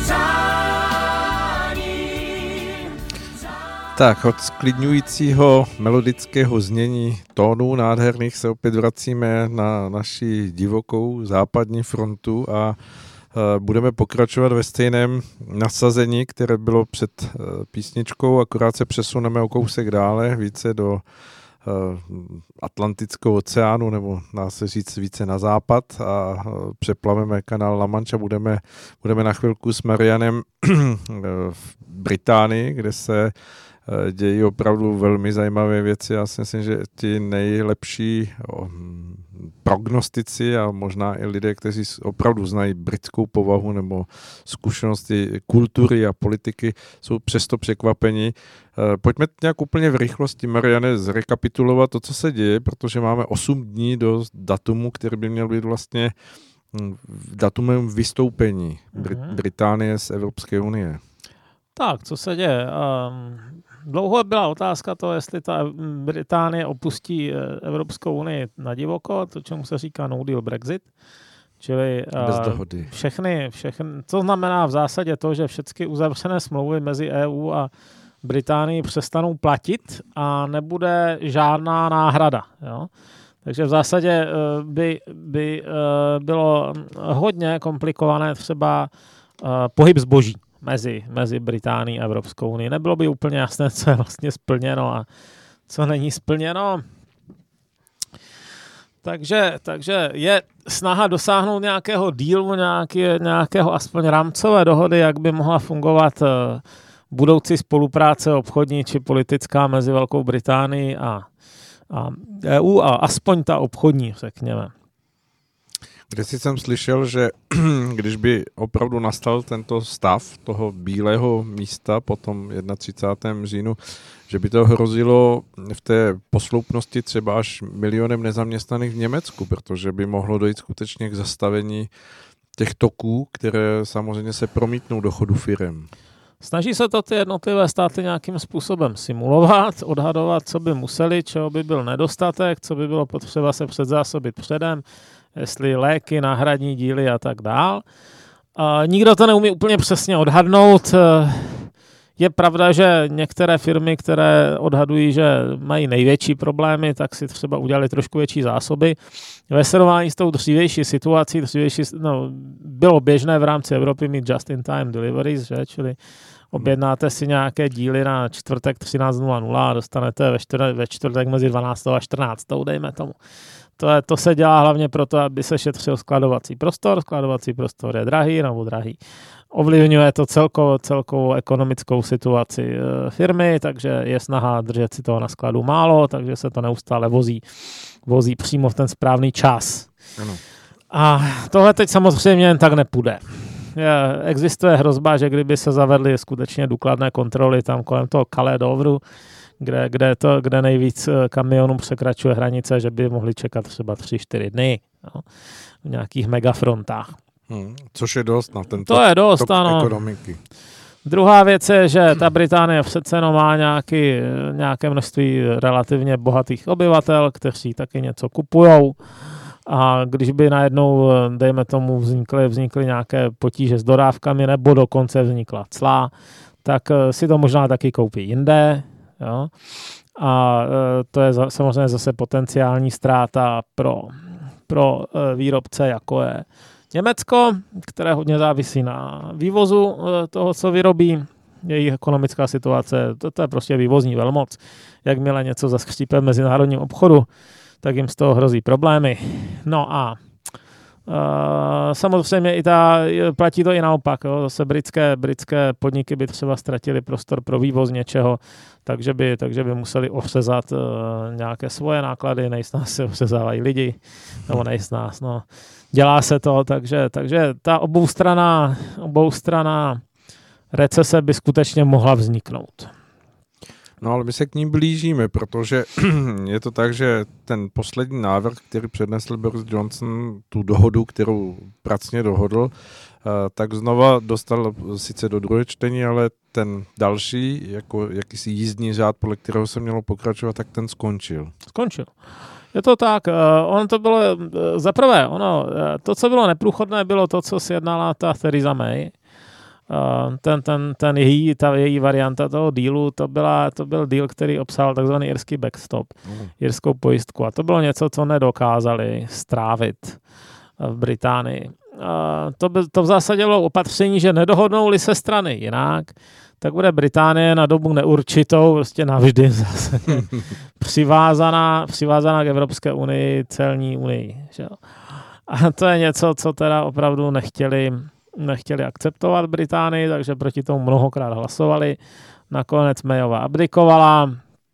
přáním, přáním. Tak, od sklidňujícího melodického znění tónů nádherných se opět vracíme na naši divokou západní frontu a budeme pokračovat ve stejném nasazení, které bylo před písničkou, akorát se přesuneme o kousek dále, více do Atlantického oceánu, nebo dá se říct více na západ, a přeplaveme kanál La Manche a budeme, budeme na chvilku s Marianem v Británii, kde se dějí opravdu velmi zajímavé věci. Já si myslím, že ti nejlepší prognostici a možná i lidé, kteří opravdu znají britskou povahu nebo zkušenosti kultury a politiky, jsou přesto překvapení. Pojďme nějak úplně v rychlosti, Mariane, zrekapitulovat to, co se děje, protože máme osm dní do datumu, který by měl být vlastně datumem vystoupení Brit- Británie z Evropské unie. Tak, co se děje? Um, dlouho byla otázka to, jestli ta Británie opustí Evropskou unii na divoko, to, čemu se říká no deal Brexit. Čili bez dohody. Všechny, všechny, to znamená v zásadě to, že všechny uzavřené smlouvy mezi E U a Británií přestanou platit a nebude žádná náhrada. Jo? Takže v zásadě by, by bylo hodně komplikované třeba pohyb zboží mezi, mezi Británií a Evropskou unii. Nebylo by úplně jasné, co je vlastně splněno a co není splněno. Takže, takže je snaha dosáhnout nějakého dílu, nějaký, nějakého aspoň rámcové dohody, jak by mohla fungovat budoucí spolupráce obchodní či politická mezi Velkou Británií a, a E U, a aspoň ta obchodní, řekněme. Když jsem slyšel, že když by opravdu nastal tento stav toho bílého místa po tom třicátém prvním říjnu, že by to hrozilo v té posloupnosti třeba až milionem nezaměstnaných v Německu, protože by mohlo dojít skutečně k zastavení těch toků, které samozřejmě se promítnou do chodu firem. Snaží se to ty jednotlivé státy nějakým způsobem simulovat, odhadovat, co by museli, čeho by byl nedostatek, co by bylo potřeba se předzásobit předem, jestli léky, náhradní díly a tak dál. A nikdo to neumí úplně přesně odhadnout. Je pravda, že některé firmy, které odhadují, že mají největší problémy, tak si třeba udělali trošku větší zásoby. Ve srovnání s tou dřívější situací, dřívější, no, bylo běžné v rámci Evropy mít just-in-time deliveries, že? Čili objednáte si nějaké díly na čtvrtek třináct nula nula a dostanete ve, čtvrt, ve čtvrtek mezi dvanáctou a čtrnáctou, dejme tomu. To, je, to se dělá hlavně proto, aby se šetřil skladovací prostor. Skladovací prostor je drahý nebo drahý. Ovlivňuje to celkovou, celkovou ekonomickou situaci firmy, takže je snaha držet si toho na skladu málo, takže se to neustále vozí, vozí přímo v ten správný čas. Ano. A tohle teď samozřejmě jen tak nepůjde. Je, existuje hrozba, že kdyby se zavedly skutečně důkladné kontroly tam kolem toho Calais Doveru, kde, kde, to, kde nejvíc kamionů překračuje hranice, že by mohli čekat třeba tři čtyři dny, no, v nějakých megafrontách. Hmm, což je dost na tento to je dost, ano. ekonomiky. Druhá věc je, že ta Británie přece jenom má nějaký, nějaké množství relativně bohatých obyvatel, kteří taky něco kupujou. A když by najednou, dejme tomu, vznikly, vznikly nějaké potíže s dodávkami nebo dokonce vznikla cla, tak si to možná taky koupí jinde. Jo? A to je samozřejmě zase potenciální ztráta pro, pro výrobce, jako je Německo, které hodně závisí na vývozu toho, co vyrobí. Jejich ekonomická situace, to, to je prostě vývozní velmoc. Jakmile něco zaskřípe v mezinárodním obchodu, tak jim z toho hrozí problémy. No a Uh, samozřejmě i ta, platí to i naopak. Jo. Zase britské, britské podniky by třeba ztratili prostor pro vývoz něčeho, takže by, takže by museli osezat uh, nějaké svoje náklady, nejsnáz se osezávají lidi, nebo nejsnáz. No. Dělá se to, takže, takže ta oboustraná, oboustraná recese by skutečně mohla vzniknout. No ale my se k ním blížíme, protože je to tak, že ten poslední návrh, který přednesl Boris Johnson, tu dohodu, kterou pracně dohodl, tak znova dostal sice do druhé čtení, ale ten další, jako jakýsi jízdní řád, podle kterého se mělo pokračovat, tak ten skončil. Skončil. Je to tak, ono to bylo, zaprvé, ono, to, co bylo neprůchodné, bylo to, co sjednala ta Theresa May. Ten, ten, ten její, ta její varianta toho dílu, to, byla, to byl díl, který obsahoval takzvaný irský backstop, mm. irskou pojistku. A to bylo něco, co nedokázali strávit v Británii. To, by, to v zásadě bylo opatření, že nedohodnou-li se strany jinak, tak bude Británie na dobu neurčitou, prostě navždy zase přivázaná, přivázaná k Evropské unii, celní unii. Že? A to je něco, co teda opravdu nechtěli nechtěli akceptovat Británii, takže proti tomu mnohokrát hlasovali. Nakonec Mayová abdikovala,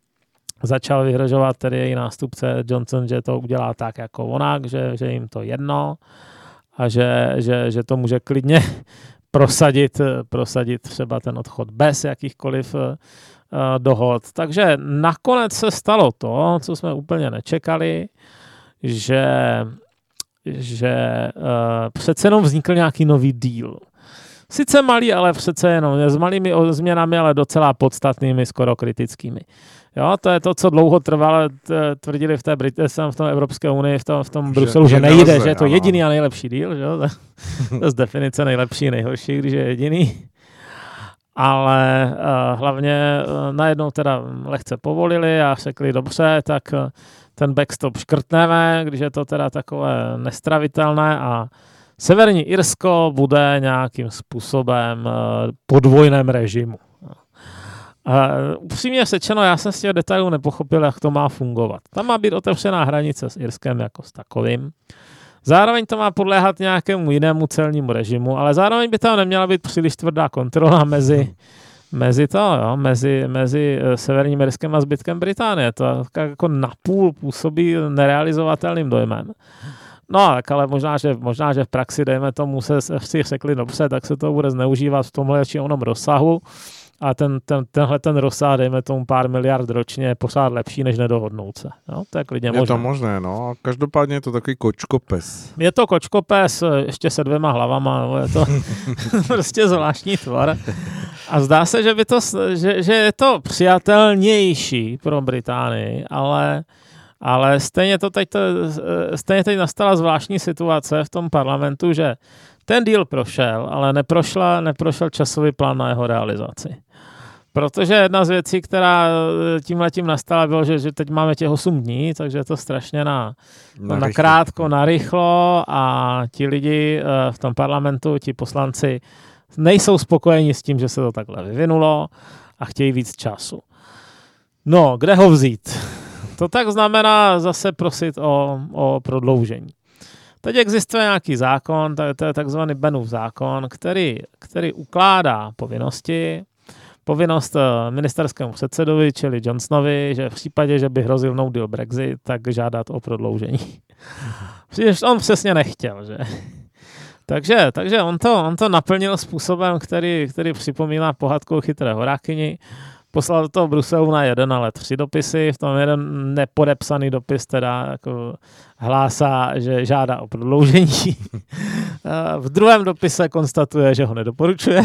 začal vyhrožovat tedy její nástupce Johnson, že to udělá tak jako onak, že, že jim to jedno a že, že, že to může klidně prosadit, prosadit třeba ten odchod bez jakýchkoliv uh, dohod. Takže nakonec se stalo to, co jsme úplně nečekali, že že uh, přece jenom vznikl nějaký nový deal. Sice malý, ale přece jenom s malými změnami, ale docela podstatnými, skoro kritickými. Jo, to je to, co dlouho trvalo, tvrdili v té Brit- v tom Evropské unii, v tom, v tom Bruselu, že, že nejde, nelze, že je to ano. jediný a nejlepší deal. Že jo? To je z definice nejlepší, nejhorší, když je jediný. Ale uh, hlavně uh, najednou teda lehce povolili a řekli, dobře, tak uh, ten backstop škrtneme, když je to teda takové nestravitelné a Severní Irsko bude nějakým způsobem uh, podvojném režimu. Uh, upřímně řečeno, já jsem z těch detailů nepochopil, jak to má fungovat. Tam má být otevřená hranice s Irskem jako s takovým. Zároveň to má podléhat nějakému jinému celnímu režimu, ale zároveň by tam neměla být příliš tvrdá kontrola mezi, mezi, to, jo, mezi, mezi Severním Irskem a zbytkem Británie. To jako napůl působí nerealizovatelným dojmem. No, tak ale možná, že, možná, že v praxi, dejme tomu, se si řekli dobře, tak se to bude zneužívat v tomhle či onom rozsahu. A ten, ten, tenhle ten rozsah, dejme tomu pár miliard ročně, je pořád lepší, než nedohodnout se. No, to je klidně možné. Je to možné, no. Každopádně je to takový kočkopes. Je to kočkopes, ještě se dvěma hlavama, no, je to prostě zvláštní tvar. A zdá se, že, by to, že, že je to přijatelnější pro Británii, ale, ale stejně, to teď, stejně teď nastala zvláštní situace v tom parlamentu, že ten deal prošel, ale neprošla, neprošel časový plán na jeho realizaci. Protože jedna z věcí, která tímhletím nastala, bylo, že, že teď máme těch osm dní, takže je to strašně na, na, na krátko, na rychlo a ti lidi v tom parlamentu, ti poslanci nejsou spokojeni s tím, že se to takhle vyvinulo a chtějí víc času. No, kde ho vzít? To tak znamená zase prosit o, o prodloužení. Teď existuje nějaký zákon, to je takzvaný Bennův zákon, který, který ukládá povinnosti, povinnost ministerskému předsedovi, čili Johnsonovi, že v případě, že by hrozil no deal Brexit, tak žádat o prodloužení. Protože on přesně nechtěl, že? Takže, takže on, to, on to naplnil způsobem, který, který připomíná pohádku o chytré horákyni. Poslal do toho Bruselu na jeden, ale tři dopisy. V tom jeden nepodepsaný dopis teda jako hlásá, že žádá o prodloužení. V druhém dopise konstatuje, že ho nedoporučuje.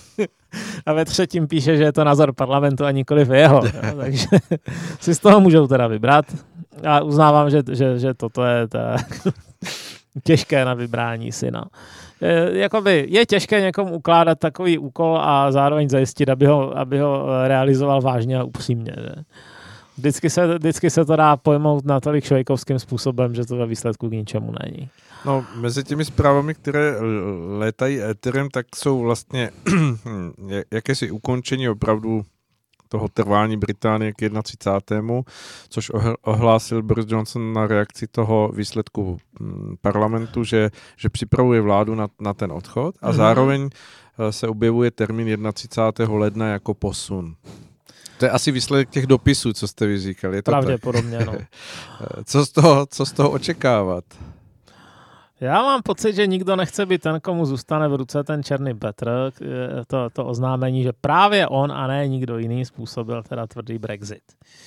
A ve třetím píše, že je to názor parlamentu a nikoliv jeho. Takže si z toho můžou teda vybrat. A uznávám, že, že, že toto je ta těžké na vybrání syna. Je, jakoby, je těžké někomu ukládat takový úkol a zároveň zajistit, aby ho, aby ho realizoval vážně a upřímně. Že? Vždycky, se, vždycky se to dá pojmout natolik švejkovským způsobem, že to ve výsledku k ničemu není. No, mezi těmi zprávami, které létají éterem, tak jsou vlastně jakési ukončení opravdu toho trvání Británie k třicátému prvnímu což ohlásil Boris Johnson na reakci toho výsledku parlamentu, že, že připravuje vládu na, na ten odchod a zároveň se objevuje termín třicátého prvního ledna jako posun. To je asi výsledek těch dopisů, co jste vy říkali. Je to pravděpodobně, tak? No. Co z toho, co z toho očekávat? Já mám pocit, že nikdo nechce být ten, komu zůstane v ruce ten černý Petr, to, to oznámení, že právě on a ne nikdo jiný způsobil teda tvrdý Brexit.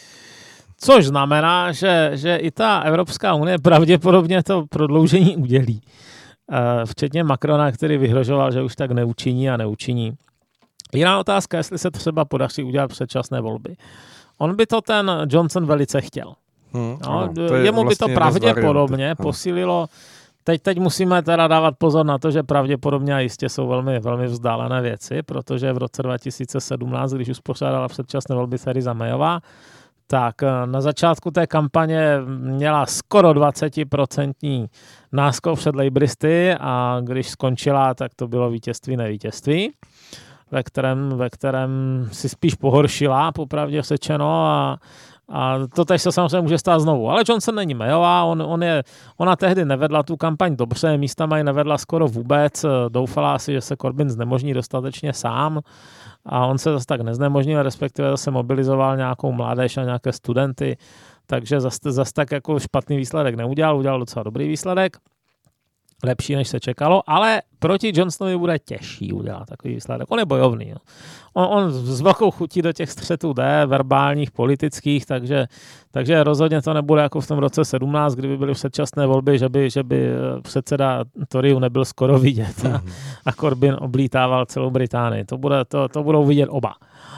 Což znamená, že, že i ta Evropská unie pravděpodobně to prodloužení udělí. Včetně Macrona, který vyhrožoval, že už tak neučiní a neučiní. Jiná otázka, jestli se třeba podaří udělat předčasné volby. On by to ten Johnson velice chtěl. Hmm, no, ano, je jemu vlastně by to pravděpodobně posílilo. Teď, teď musíme teda dávat pozor na to, že pravděpodobně a jistě jsou velmi, velmi vzdálené věci, protože v roce dva tisíce sedmnáct, když uspořádala předčasné volby Theresa Mayová, tak na začátku té kampaně měla skoro dvacet procent náskok před Labouristy a když skončila, tak to bylo vítězství nevítězství, ve kterém, ve kterém si spíš pohoršila, popravdě řečeno, a A to teď se samozřejmě může stát znovu. Ale Johnson není Mayová, on, on je, ona tehdy nevedla tu kampaň dobře, místama ji nevedla skoro vůbec, doufala asi, že se Corbyn znemožní dostatečně sám a on se zase tak neznemožnil, respektive zase mobilizoval nějakou mládež a nějaké studenty, takže zase, zase tak jako špatný výsledek neudělal, udělal docela dobrý výsledek. Lepší, než se čekalo, ale proti Johnsonovi bude těžší udělat takový výsledek. On je bojovný. Jo. On, on s velkou chutí do těch střetů jde, verbálních, politických, takže, takže rozhodně to nebude jako v tom roce sedmnáct, kdyby byly předčasné volby, že by, že by předseda Toryů nebyl skoro vidět a, a Corbyn oblítával celou Británii. To, bude, to, to budou vidět oba.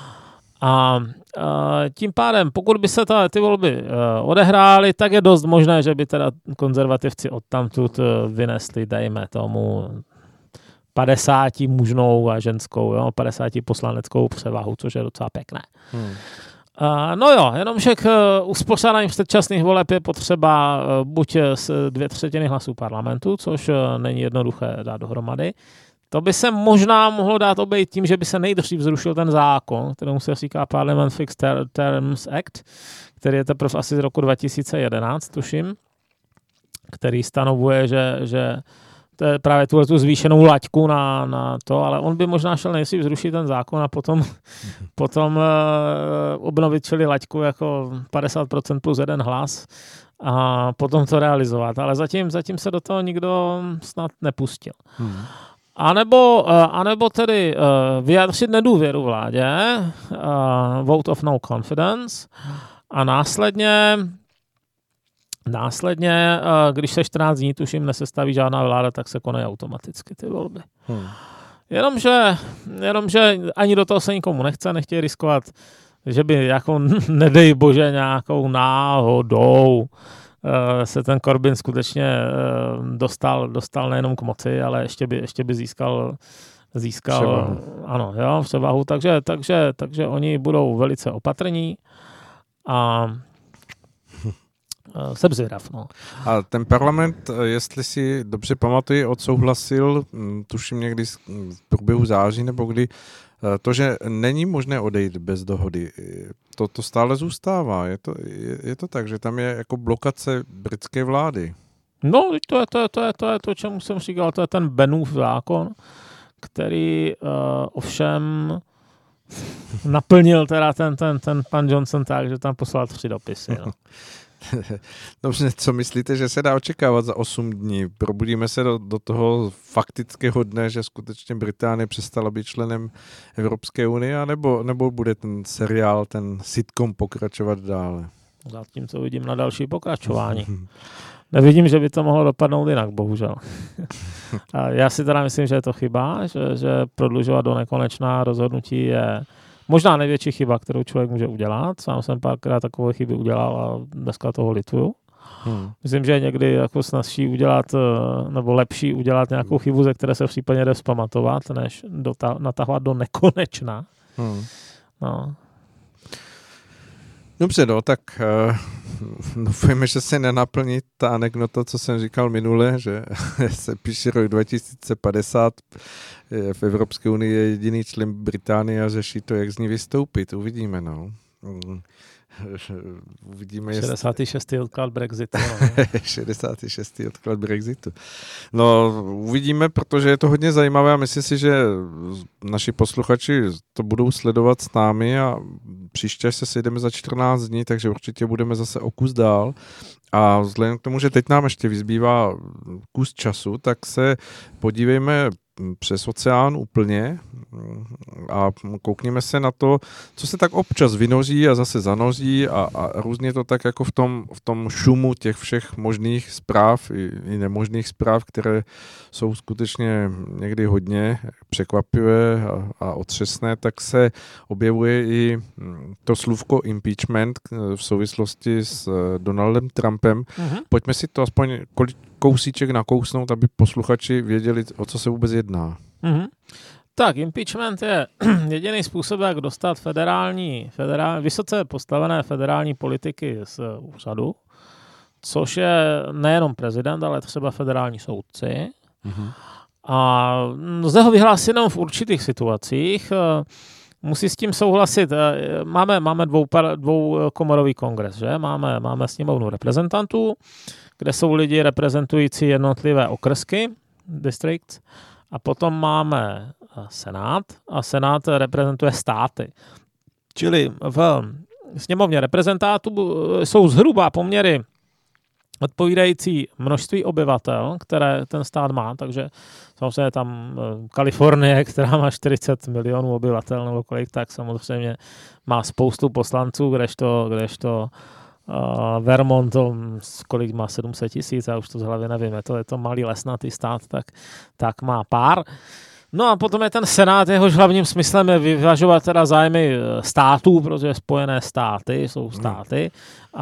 A, a tím pádem, pokud by se ta, ty volby uh, odehrály, tak je dost možné, že by teda konzervativci odtamtud uh, vynesli, dejme tomu, padesát mužnou a ženskou, jo, padesát poslaneckou převahu, což je docela pěkné. Hmm. Uh, no jo, jenomže k uh, uspořádání předčasných voleb je potřeba uh, buď z dvě třetiny hlasů parlamentu, což uh, není jednoduché dát dohromady. To by se možná mohlo dát obejít tím, že by se nejdřív zrušil ten zákon, kterému se říká Parliament Fixed Terms Act, který je teprve asi z roku dva tisíce jedenáct, tuším, který stanovuje, že, že to je právě tuhle tu zvýšenou laťku na, na to, ale on by možná šel nejdřív zrušit ten zákon a potom, potom uh, obnovit čili laťku jako padesát procent plus jeden hlas a potom to realizovat. Ale zatím, zatím se do toho nikdo snad nepustil. Hmm. A nebo, a nebo tedy uh, vyjádřit nedůvěru vládě, uh, vote of no confidence, a následně, následně uh, když se čtrnáct dní, tuším, nesestaví žádná vláda, tak se konají automaticky ty volby. Hmm. Jenomže, jenomže ani do toho se nikomu nechce, nechtějí riskovat, že by jako, nedej bože, nějakou náhodou se ten Corbyn skutečně dostal, dostal nejenom k moci, ale ještě by, ještě by získal, získal převahu. Ano, jo, převahu, takže, takže, takže oni budou velice opatrní a jsem zvědav. No. A ten parlament, jestli si dobře pamatuji, odsouhlasil, tuším někdy v průběhu září, nebo kdy, to, že není možné odejít bez dohody, to, to stále zůstává. Je to, je, je to tak, že tam je jako blokace britské vlády. No, to je to, je, to, je, to, je to, čemu jsem říkal, to je ten Benův zákon, který uh, ovšem naplnil teda ten, ten, ten pan Johnson tak, že tam poslal tři dopisy. No. Dobře, co myslíte, že se dá očekávat za osm dní? Probudíme se do, do toho faktického dne, že skutečně Británie přestala být členem Evropské unie, nebo, nebo bude ten seriál, ten sitcom pokračovat dále? Zatím co vidím na další pokračování. Nevidím, že by to mohlo dopadnout jinak, bohužel. A já si teda myslím, že je to chyba, že, že prodlužovat do nekonečná rozhodnutí je možná největší chyba, kterou člověk může udělat. Sám jsem párkrát takové chyby udělal a dneska toho lituju. Hmm. Myslím, že je někdy jako snazší udělat, nebo lepší udělat nějakou chybu, ze které se v případě jde vzpamatovat, než dota- natahovat do nekonečna. Hmm. No. Dobře, no, tak uh, doufujeme, že se nenaplní ta anekdota, co jsem říkal minule, že se píše rok dva tisíce padesát, v Evropské unii je jediný člen Británie a řeší to, jak z ní vystoupit. Uvidíme, no. Uvidíme, šedesátý šestý odklad Brexitu. šedesátý šestý odklad Brexitu. No, uvidíme, protože je to hodně zajímavé a myslím si, že naši posluchači to budou sledovat s námi a příště se sejdeme za čtrnáct dní, takže určitě budeme zase o kus dál. A vzhledem k tomu, že teď nám ještě vyzbývá kus času, tak se podívejme přes oceán úplně a koukněme se na to, co se tak občas vynoří a zase zanoří a, a různě to tak jako v tom, v tom šumu těch všech možných zpráv i, i nemožných zpráv, které jsou skutečně někdy hodně překvapivé a, a otřesné, tak se objevuje i to slůvko impeachment v souvislosti s Donaldem Trumpem. Mm-hmm. Pojďme si to aspoň kolik kousíček nakousnout, aby posluchači věděli, o co se vůbec jedná. Mm-hmm. Tak, impeachment je jediný způsob, jak dostat federální, federální, vysoce postavené federální politiky z úřadu, což je nejenom prezident, ale třeba federální soudci. Mm-hmm. A lze ho vyhlásit jenom v určitých situacích. Musí s tím souhlasit. Máme, máme dvou, dvoukomorový kongres, že? Máme, máme sněmovnu reprezentantů, kde jsou lidi reprezentující jednotlivé okrsky, districts, a potom máme senát a senát reprezentuje státy. Čili v sněmovně reprezentantů jsou zhruba poměry odpovídající množství obyvatel, které ten stát má, takže samozřejmě tam Kalifornie, která má čtyřicet milionů obyvatel nebo kolik, tak samozřejmě má spoustu poslanců, kdežto, kdežto Uh, Vermont, to, kolik má sedm set tisíc, já už to z hlavy nevím, je to, je to malý lesnatý stát, tak, tak má pár. No a potom je ten senát, jehož hlavním smyslem je vyvažovat teda zájmy států, protože Spojené státy jsou státy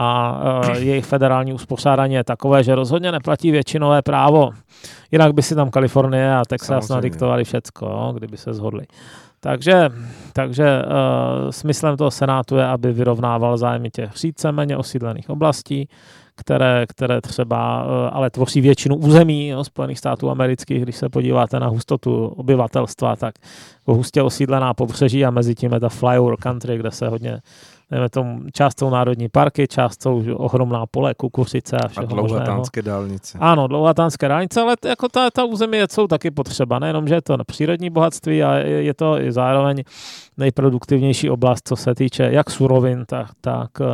a uh, jejich federální uspořádání je takové, že rozhodně neplatí většinové právo. Jinak by si tam Kalifornie a Texas nadiktovali všecko, jo, kdyby se shodli. Takže, takže uh, smyslem toho senátu je, aby vyrovnával zájmy těch víceméně osídlených oblastí, které, které třeba uh, ale tvoří většinu území jo, Spojených států amerických. Když se podíváte na hustotu obyvatelstva, tak hustě osídlená pobřeží a mezi tím je ta flyover country, kde se hodně, nevím, tomu, část jsou národní parky, část jsou ohromná pole, kukuřice a všeho možného. A dlouhatánské dálnice. Ano, dlouhatánské dálnice, ale jako ta, ta území jsou taky potřeba. Nejenom, že je to přírodní bohatství, a je to i zároveň nejproduktivnější oblast, co se týče jak surovin, tak, tak uh,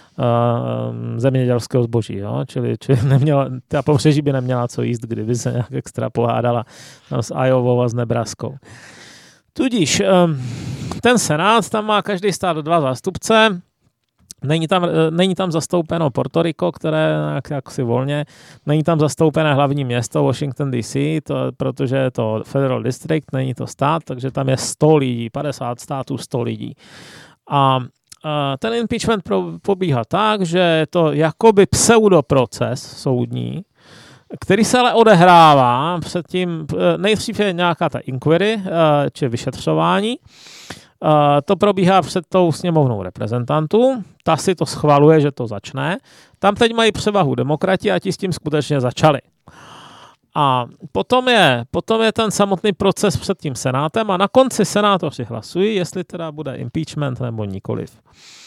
zemědělského zboží. Jo? Čili, čili neměla, ta pobřeží by neměla co jíst, kdyby se nějak extra pohádala tam s Iowou a s Nebraskou. Tudíž ten senát, tam má každý stát dva zástupce, není tam, není tam zastoupeno Porto Rico, které jak, jak si volně, není tam zastoupené hlavní město Washington D C, to, protože je to Federal District, není to stát, takže tam je sto lidí, padesát států, sto lidí. A ten impeachment probíhá tak, že je to jakoby pseudoproces soudní, který se ale odehrává předtím, nejdřív je nějaká ta inquiry, či vyšetřování. To probíhá před tou sněmovnou reprezentantů, ta si to schvaluje, že to začne. Tam teď mají převahu demokrati a ti s tím skutečně začali. A potom je, potom je ten samotný proces před tím senátem a na konci senátoři hlasují, jestli teda bude impeachment nebo nikoliv.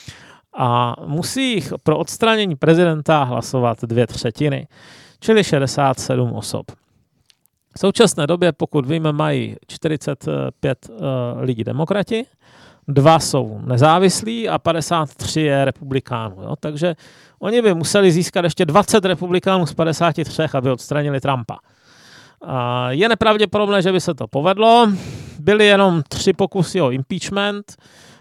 A musí jich pro odstranění prezidenta hlasovat dvě třetiny, čili šedesát sedm osob. V současné době, pokud víme, mají čtyřicet pět uh, lidí demokrati, dva jsou nezávislí a padesát tři je republikánů. Jo? Takže oni by museli získat ještě dvacet republikánů z padesáti třech, aby odstranili Trumpa. Uh, je nepravděpodobné, že by se to povedlo. Byly jenom tři pokusy o impeachment.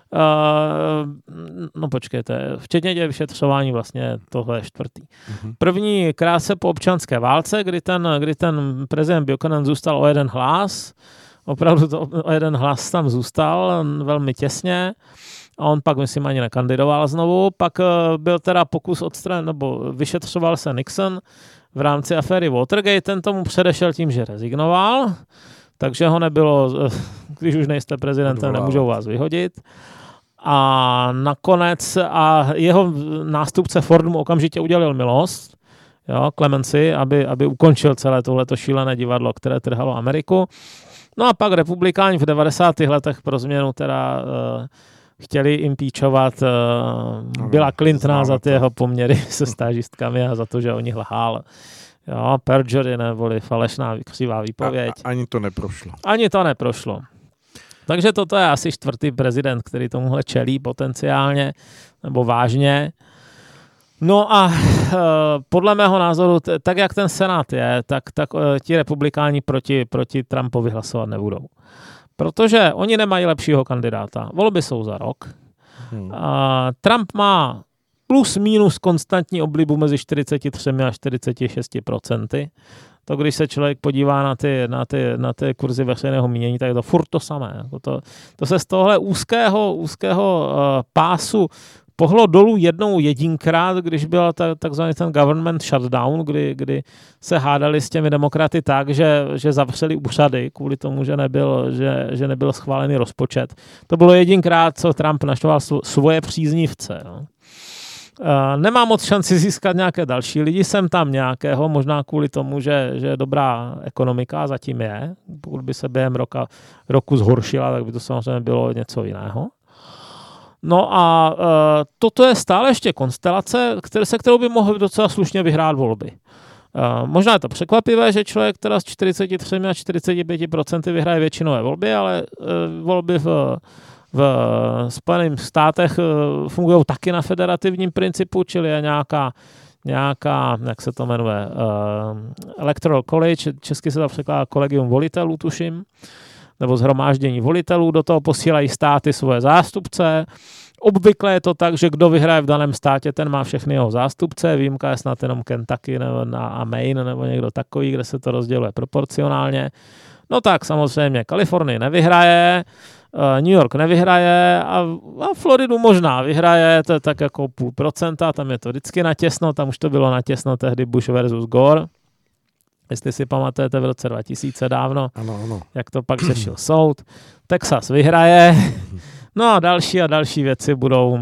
Uh, no počkejte, včetně těch vyšetřování vlastně tohle je čtvrtý. Uh-huh. První krátce po občanské válce, kdy ten, kdy ten prezident Buchanan zůstal o jeden hlas, opravdu to, o jeden hlas tam zůstal velmi těsně a on pak, myslím, ani nekandidoval znovu. Pak byl teda pokus odstran, nebo vyšetřoval se Nixon v rámci aféry Watergate, ten tomu předešel tím, že rezignoval, takže ho nebylo, když už nejste prezidentem, nemůžou vás vyhodit. A nakonec a jeho nástupce Ford mu okamžitě udělil milost, jo, Clemency, aby, aby ukončil celé tohleto šílené divadlo, které trhalo Ameriku. No a pak republikáni v devadesátých letech pro změnu teda uh, chtěli impeachovat uh, Billa Clintona za ty jeho poměry se stážistkami a za to, že o nich lhal. Jo, perjury neboli falešná křivá výpověď. A, a, ani to neprošlo. Ani to neprošlo. Takže toto je asi čtvrtý prezident, který tomuhle čelí potenciálně nebo vážně. No a e, podle mého názoru, t- tak jak ten Senát je, tak, tak e, ti republikáni proti, proti Trumpovi hlasovat nebudou. Protože oni nemají lepšího kandidáta. Volby jsou za rok. Hmm. A Trump má plus minus konstantní oblibu mezi čtyřicet tři a čtyřicet šest procenty. To, když se člověk podívá na ty, na ty, na ty kurzy veřejného mínění, tak je to furt to samé. Jako to, to se z tohle úzkého, úzkého uh, pásu pohlo dolů jednou jedinkrát, když byl ta, takzvaný ten government shutdown, kdy, kdy se hádali s těmi demokraty tak, že, že zavřeli úřady kvůli tomu, že nebyl, že, že nebyl schválený rozpočet. To bylo jedinkrát, co Trump naštval svoje příznivce. No. Uh, nemá moc šanci získat nějaké další lidi, jsem tam nějakého, možná kvůli tomu, že, že je dobrá ekonomika, zatím je. Pokud by se během roka, roku zhoršila, tak by to samozřejmě bylo něco jiného. No a uh, toto je stále ještě konstelace, které, se kterou by mohl docela slušně vyhrát volby. Uh, možná je to překvapivé, že člověk teda z čtyřicet tři a čtyřicet pět procent vyhraje většinové volby, ale uh, volby v v Spojených státech fungují taky na federativním principu, čili je nějaká, nějaká jak se to jmenuje, uh, Electoral College, česky se to překládá kolegium volitelů, tuším, nebo shromáždění volitelů, do toho posílají státy svoje zástupce. Obvykle je to tak, že kdo vyhraje v daném státě, ten má všechny jeho zástupce, výjimka je snad jenom Kentucky nebo na, a Maine nebo někdo takový, kde se to rozděluje proporcionálně. No tak samozřejmě Kalifornie nevyhraje, New York nevyhraje a, a Floridu možná vyhraje, to je tak jako půl procenta, tam je to vždycky natěsno, tam už to bylo natěsno tehdy Bush versus Gore, jestli si pamatujete v roce dva tisíce dávno, ano, ano. Jak to pak řešil soud. Texas vyhraje, no a další a další věci budou,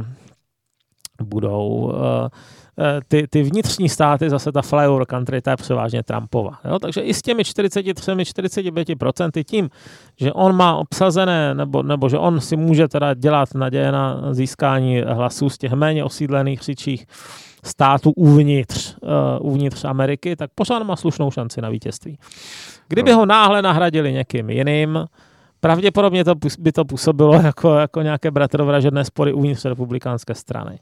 budou uh, Ty, ty vnitřní státy, zase ta flyover country, ta je převážně Trumpova. Jo? Takže i s těmi čtyřicet tři až čtyřicet pět procenty tím, že on má obsazené, nebo, nebo že on si může teda dělat naděje na získání hlasů z těch méně osídlených příčích států uvnitř, uh, uvnitř Ameriky, tak pořád má slušnou šanci na vítězství. Kdyby ho náhle nahradili někým jiným, pravděpodobně to, by to působilo jako, jako nějaké bratrovražedné spory uvnitř republikánské strany.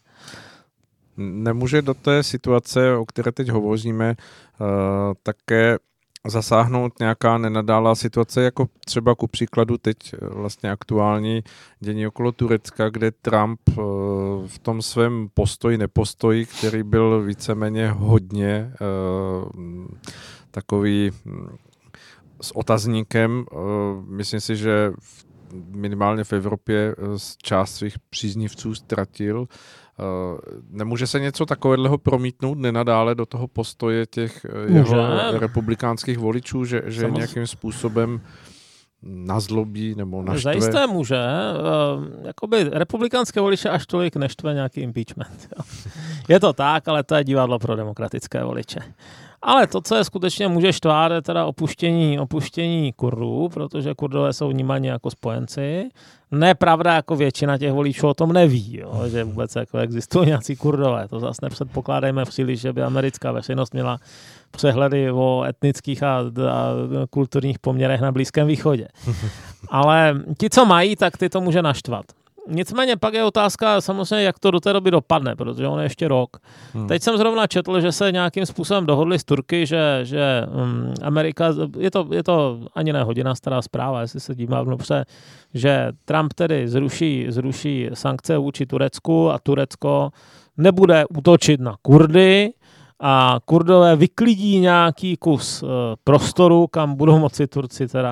Nemůže do té situace, o které teď hovoříme, uh, také zasáhnout nějaká nenadálá situace, jako třeba ku příkladu teď vlastně aktuální dění okolo Turecka, kde Trump uh, v tom svém postoji, nepostoji, který byl víceméně hodně uh, takový um, s otazníkem, uh, myslím si, že v, minimálně v Evropě uh, část svých příznivců ztratil. Uh, nemůže se něco takového promítnout nenadále do toho postoje těch jeho republikánských voličů, že, že nějakým způsobem nazlobí nebo naštve? Zajisté může. Uh, jakoby republikánské voliče až tolik neštve nějaký impeachment. Jo. Je to tak, ale to je divadlo pro demokratické voliče. Ale to, co je skutečně může štvát, je teda opuštění, opuštění Kurdů, protože Kurdové jsou vnímáni jako spojenci. Nepravda, jako většina těch voličů o tom neví, jo, že vůbec jako existují nějací Kurdové. To zase nepředpokládejme příliš, že by americká veřejnost měla přehledy o etnických a, a kulturních poměrech na Blízkém východě. Ale ti, co mají, tak ty to může naštvat. Nicméně pak je otázka samozřejmě, jak to do té doby dopadne, protože on je ještě rok. Hmm. Teď jsem zrovna četl, že se nějakým způsobem dohodli s Turky, že, že um, Amerika, je to, je to ani ne hodina stará zpráva, jestli se dívám dobře, že Trump tedy zruší, zruší sankce vůči Turecku a Turecko nebude útočit na Kurdy a Kurdové vyklidí nějaký kus uh, prostoru, kam budou moci Turci teda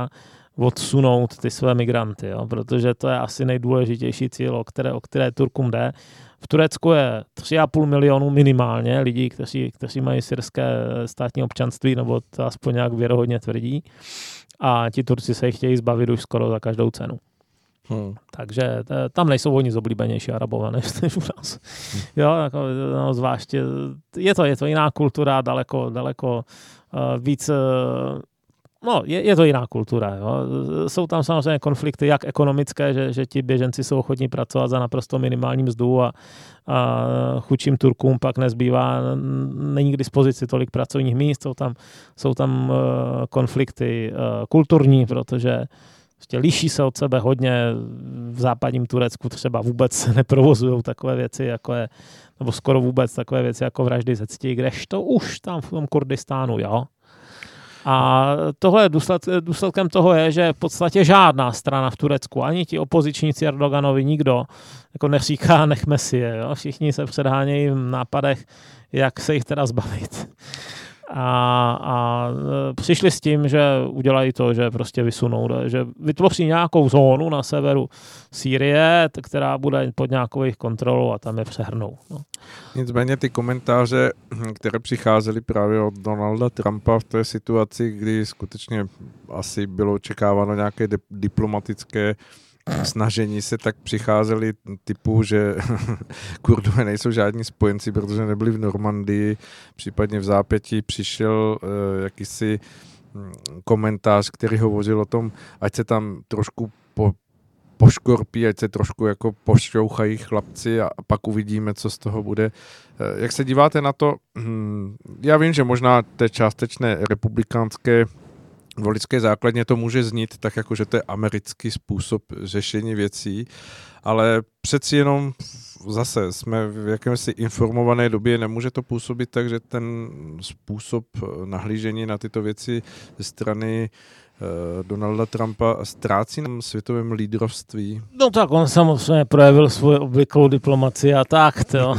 odsunout ty své migranty, jo? Protože to je asi nejdůležitější cíl, o které, o které Turkům jde. V Turecku je tři a půl milionu minimálně lidí, kteří, kteří mají syrské státní občanství, nebo to aspoň nějak věrohodně tvrdí. A ti Turci se jich chtějí zbavit už skoro za každou cenu. Hmm. Takže t- tam nejsou oni zoblíbenější Arabové než, než u nás. Hmm. Jo, jako, no, zvláště je to, je to jiná kultura, daleko, daleko uh, víc... Uh, No, je, je to jiná kultura. Jo. Jsou tam samozřejmě konflikty, jak ekonomické, že, že ti běženci jsou ochotní pracovat za naprosto minimální mzdu a, a chudším Turkům pak nezbývá, není k dispozici tolik pracovních míst, jsou tam, jsou tam uh, konflikty uh, kulturní, protože prostě liší se od sebe hodně. V západním Turecku třeba vůbec se neprovozují takové věci, jako je, nebo skoro vůbec takové věci jako vraždy ze cti, kdežto už tam v tom Kurdistánu, jo. A tohle důsled, důsledkem toho je, že v podstatě žádná strana v Turecku, ani ti opozičníci Erdoganovi, nikdo jako neříká nechme si je. Jo? Všichni se předhánějí v nápadech, jak se jich teda zbavit. A, a přišli s tím, že udělají to, že prostě vysunou, že vytvoří nějakou zónu na severu Sýrie, která bude pod nějakou jejich kontrolou a tam je přehrnou. No. Nicméně ty komentáře, které přicházely právě od Donalda Trumpa v té situaci, kdy skutečně asi bylo očekáváno nějaké de- diplomatické snažení se, tak přicházeli typu, že Kurdové nejsou žádní spojenci, protože nebyli v Normandii, případně v zápětí přišel uh, jakýsi komentář, který hovořil o tom, ať se tam trošku po, poškorpí, ať se trošku jako pošťouchají chlapci a pak uvidíme, co z toho bude. Uh, jak se díváte na to? Hmm, já vím, že možná té částečné republikánské voličské základně to může znít tak, jako že to je americký způsob řešení věcí, ale přeci jenom zase jsme v jakémsi informované době, nemůže to působit tak, že ten způsob nahlížení na tyto věci ze strany uh, Donalda Trumpa ztrácí na světovém lídrovství. No tak on samozřejmě projevil svoji obvyklou diplomaci a tak, to.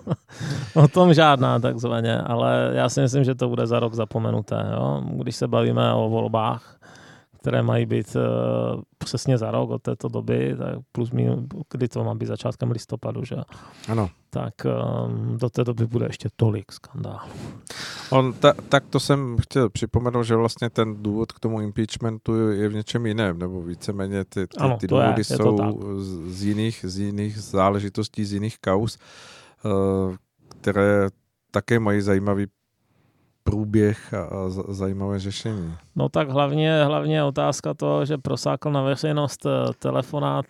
O tom žádná takzvaně, ale já si myslím, že to bude za rok zapomenuté. Jo? Když se bavíme o volbách, které mají být uh, přesně za rok od této doby, tak plus minus, kdy to má být začátkem listopadu, že? Ano. Tak um, do té doby bude ještě tolik skandálů. On, ta, tak to jsem chtěl připomenout, že vlastně ten důvod k tomu impeachmentu je v něčem jiném, nebo víceméně ty, ty, ano, ty důvody je, je jsou z, z, jiných, z jiných záležitostí, z jiných kauz, uh, které také mají zajímavý průběh a, a zajímavé řešení. No tak hlavně, hlavně otázka toho, že prosákl na veřejnost telefonát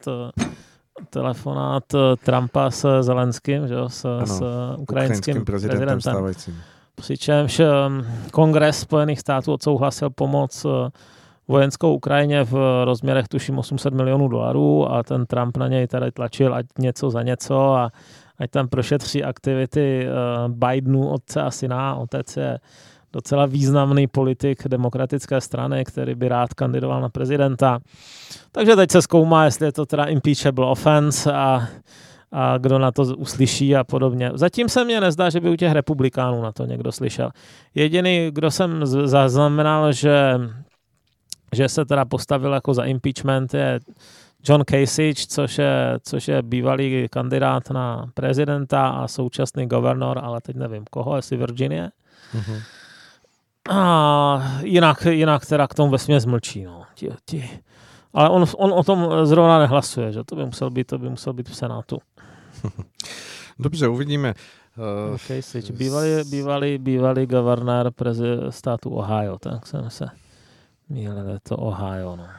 telefonát Trumpa s Zelenským, že jo, s, ano, s ukrajinským, ukrajinským prezidentem. prezidentem. Stávajícím. Přičemž Kongres Spojených států odsouhlasil pomoc vojenskou Ukrajině v rozměrech tuším osm set milionů dolarů a ten Trump na něj tady tlačil ať něco za něco a ať tam prošetří aktivity Bidenů, otce a syna. Otec je docela významný politik demokratické strany, který by rád kandidoval na prezidenta. Takže teď se zkoumá, jestli je to teda impeachable offense a, a kdo na to uslyší a podobně. Zatím se mně nezdá, že by u těch republikánů na to někdo slyšel. Jediný, kdo jsem zaznamenal, že, že se teda postavil jako za impeachment, je John Kasich, což je, což je bývalý kandidát na prezidenta a současný governor, ale teď nevím koho, jestli Virginie. Mm-hmm. A jinak, jinak teda k tomu vesměs mlčí. No. Ti, ti. Ale on, on o tom zrovna nehlasuje, že to by musel být, to by musel být v Senátu. Dobře, uvidíme. Uh, Kasich, bývalý, bývalý, bývalý guvernér státu Ohio, tak jsem se mýlil, to Ohio, no.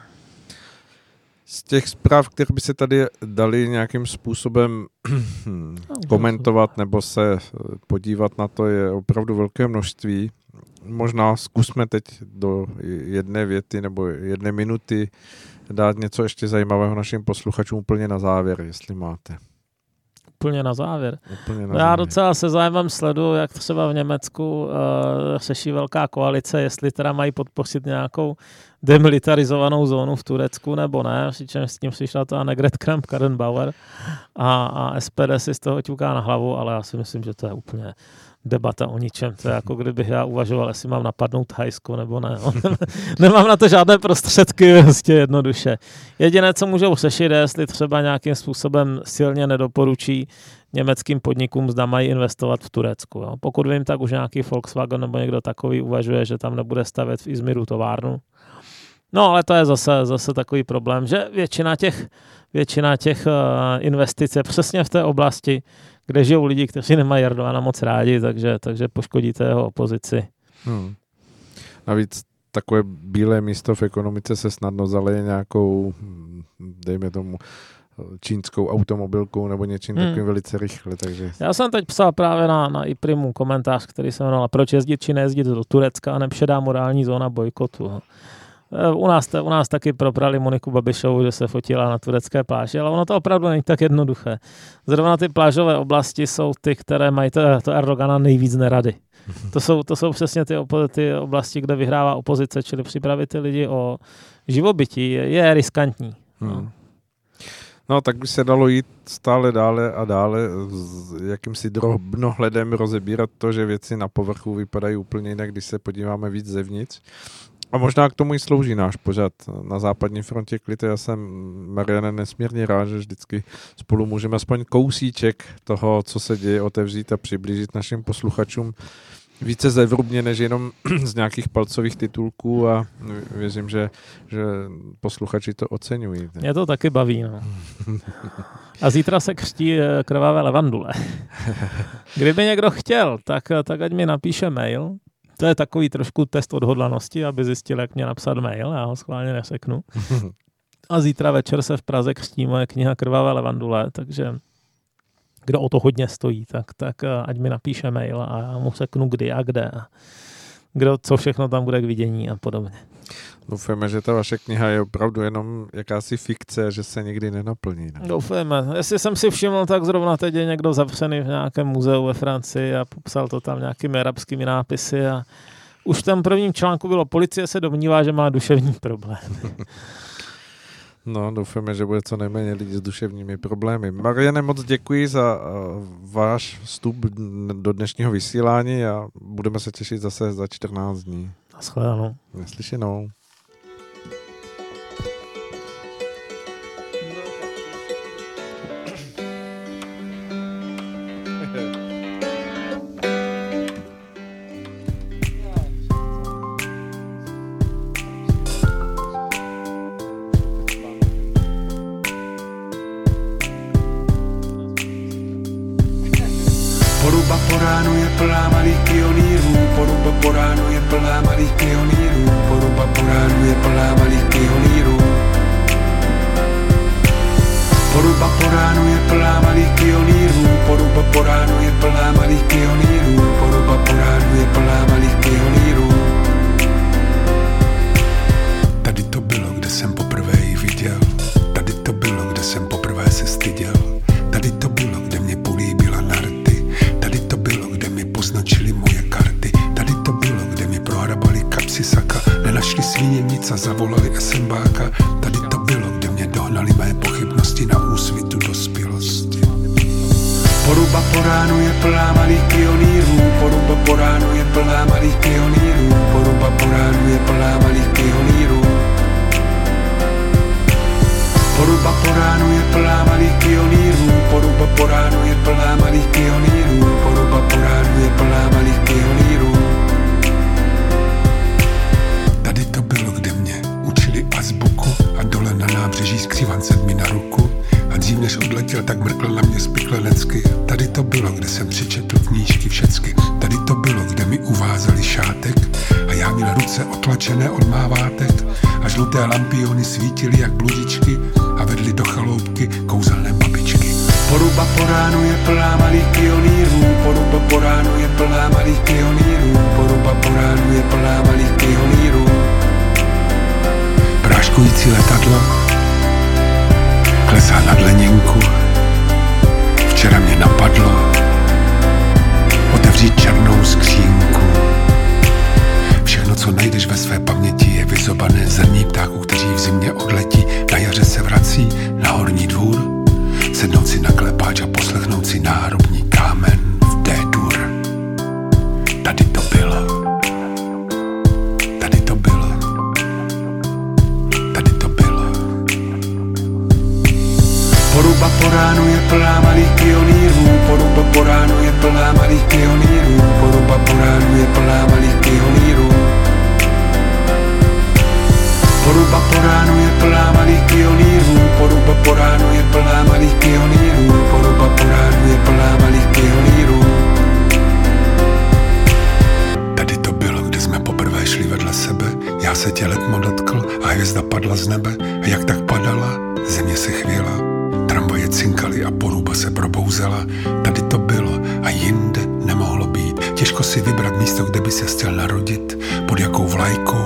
Z těch zpráv, které by se tady dali nějakým způsobem komentovat nebo se podívat na to, je opravdu velké množství. Možná zkusme teď do jedné věty nebo jedné minuty dát něco ještě zajímavého našim posluchačům úplně na závěr, jestli máte. Úplně na závěr. Úplně na Já závěr. docela se zájmem sleduju, jak třeba v Německu uh, řeší velká koalice, jestli teda mají podpořit nějakou demilitarizovanou zónu v Turecku nebo ne, přičemž s tím přišla to Annegret Kramp-Karrenbauer a, a S P D si z toho ťuká na hlavu, ale já si myslím, že to je úplně debata o ničem. To je jako kdybych já uvažoval, jestli mám napadnout Thajsko nebo ne. Nemám na to žádné prostředky, prostě jednoduše. Jediné, co můžou řešit, je, jestli třeba nějakým způsobem silně nedoporučí německým podnikům, zda mají investovat v Turecku. Jo. Pokud vím, tak už nějaký Volkswagen nebo někdo takový uvažuje, že tam nebude stavět v Izmiru továrnu. No, ale to je zase, zase takový problém, že většina těch, většina těch uh, investic je přesně v té oblasti, kde žijou lidi, kteří nemají Erdogana moc rádi, takže, takže poškodíte jeho opozici. Hmm. Navíc takové bílé místo v ekonomice se snadno zaleje nějakou, dejme tomu, čínskou automobilkou nebo něčím hmm. takovým velice rychle. Takže... Já jsem teď psal právě na, na iPrimu komentář, který se jmenoval Proč jezdit či nejezdit do Turecka a nepředá morální zóna bojkotu. U nás, u nás taky probrali Moniku Babišovou, že se fotila na turecké pláži, ale ono to opravdu není tak jednoduché. Zrovna ty plážové oblasti jsou ty, které mají to, to Erdogana nejvíc nerady. To jsou, to jsou přesně ty, ty oblasti, kde vyhrává opozice, čili připravit ty lidi o živobytí je, je riskantní. Hmm. No. No, tak by se dalo jít stále dále a dále s jakýmsi drobnohledem rozebírat to, že věci na povrchu vypadají úplně jinak, když se podíváme víc zevnitř. A možná k tomu i slouží náš pořad na západní frontě klid. Já jsem, Mariane, nesmírně rád, že vždycky spolu můžeme aspoň kousíček toho, co se děje, otevřít a přiblížit našim posluchačům více zevrubně, než jenom z nějakých palcových titulků a věřím, že, že posluchači to oceňují. Mě to taky baví. No. A zítra se křtí krvavé levandule. Kdyby někdo chtěl, tak, tak ať mi napíše mail. To je takový trošku test odhodlanosti, aby zjistil, jak mě napsat mail. Já ho schválně neřeknu. A zítra večer se v Praze křtí moje kniha Krvavé levandule, takže kdo o to hodně stojí, tak, tak ať mi napíše mail a já mu řeknu kdy a kde a kdo, co všechno tam bude k vidění a podobně. Doufáme, že ta vaše kniha je opravdu jenom jakási fikce, že se nikdy nenaplní. Ne? Doufáme. Jestli jsem si všiml, tak zrovna teď je někdo zavřený v nějakém muzeu ve Francii a popsal to tam nějakými arabskými nápisy a už v tom prvním článku bylo, policie se domnívá, že má duševní problémy. No, doufáme, že bude co nejméně lidí s duševními problémy. Mariane, moc děkuji za uh, váš vstup do dnešního vysílání a budeme se těšit zase za čtrnáct dní. Naschledanou. Neslyšenou. Poruba po ránu je plná malých pionýrů, poruba po ránu je plná malých pionýrů, poruba po ránu je plná malých pionýrů. Poruba po ránu je plná malých pionýrů, poruba po ránu je plná malých pionýrů, poruba po ránu je plná malých pionýrů. Tady to bylo, kde jsem poprvé ji viděl, tady to bylo, kde jsem poprvé se styděl, tady to bylo, kde mě políbila narty. Poznačili moje karty, tady to bylo, kde mi prohrabali kapsy saka, nenašli svíně nic a zavolali SMBáka, tady to bylo, kde mě dohnali mé pochybnosti na úsvitu dospělosti. Poruba po ránu je plná malých pionýrů, poruba po ránu je plná malých pionýrů, poruba po ránu je plná malých pionýrů. Poruba po ránu je plná malých pionýrů, poruba po ránu je plná malých pionýrů, poruba po ránu je plná malých pionýrů. Tady to bylo, kde mě učili azbuku a dole na nábřeží skřívan sedmi na ruku a dřív než odletěl, tak mrkl na mě spiklenecky. Tady to bylo, kde jsem přečetl knížky všecky. Tady to bylo, kde mi uvázali šátek a já měl ruce otlačené od mávátek a žluté lampiony svítily jak bludičky a vedli do chaloupky kouzelné babičky. Poruba po ránu je plná malých pionýrů, poruba po ránu je plná malých pionýrů, poruba po ránu je plná malých pionýrů. Práškující letadlo klesá nad Leninku. Včera mě napadlo otevřít černou skřínku. Všechno, co najdeš ve své paměti, je vyzobané zrní ptáků, kteří v zimě odletí, na jaře se vrací na horní dvůr, sednout si na klepáč a poslechnout si náhrobní kámen v D-dur. plná malých pionýrů, poruba Poránu je plná malých pionýrů. Poruba Poránu je plná malých pionýrů, poruba Poránu je plná malých pionýrů, poruba Poránu je plná malých pionýrů. Tady to bylo, kde jsme poprvé šli vedle sebe, já se tě letmo dotkl a hvězda padla z nebe a jak tak padala, země se chvěla, tramvaje cinkaly a poruba se probouzela. Tady to bylo a jinde nemohlo být. Těžko si vybrat místo, kde by se chtěl narodit, pod jakou vlajkou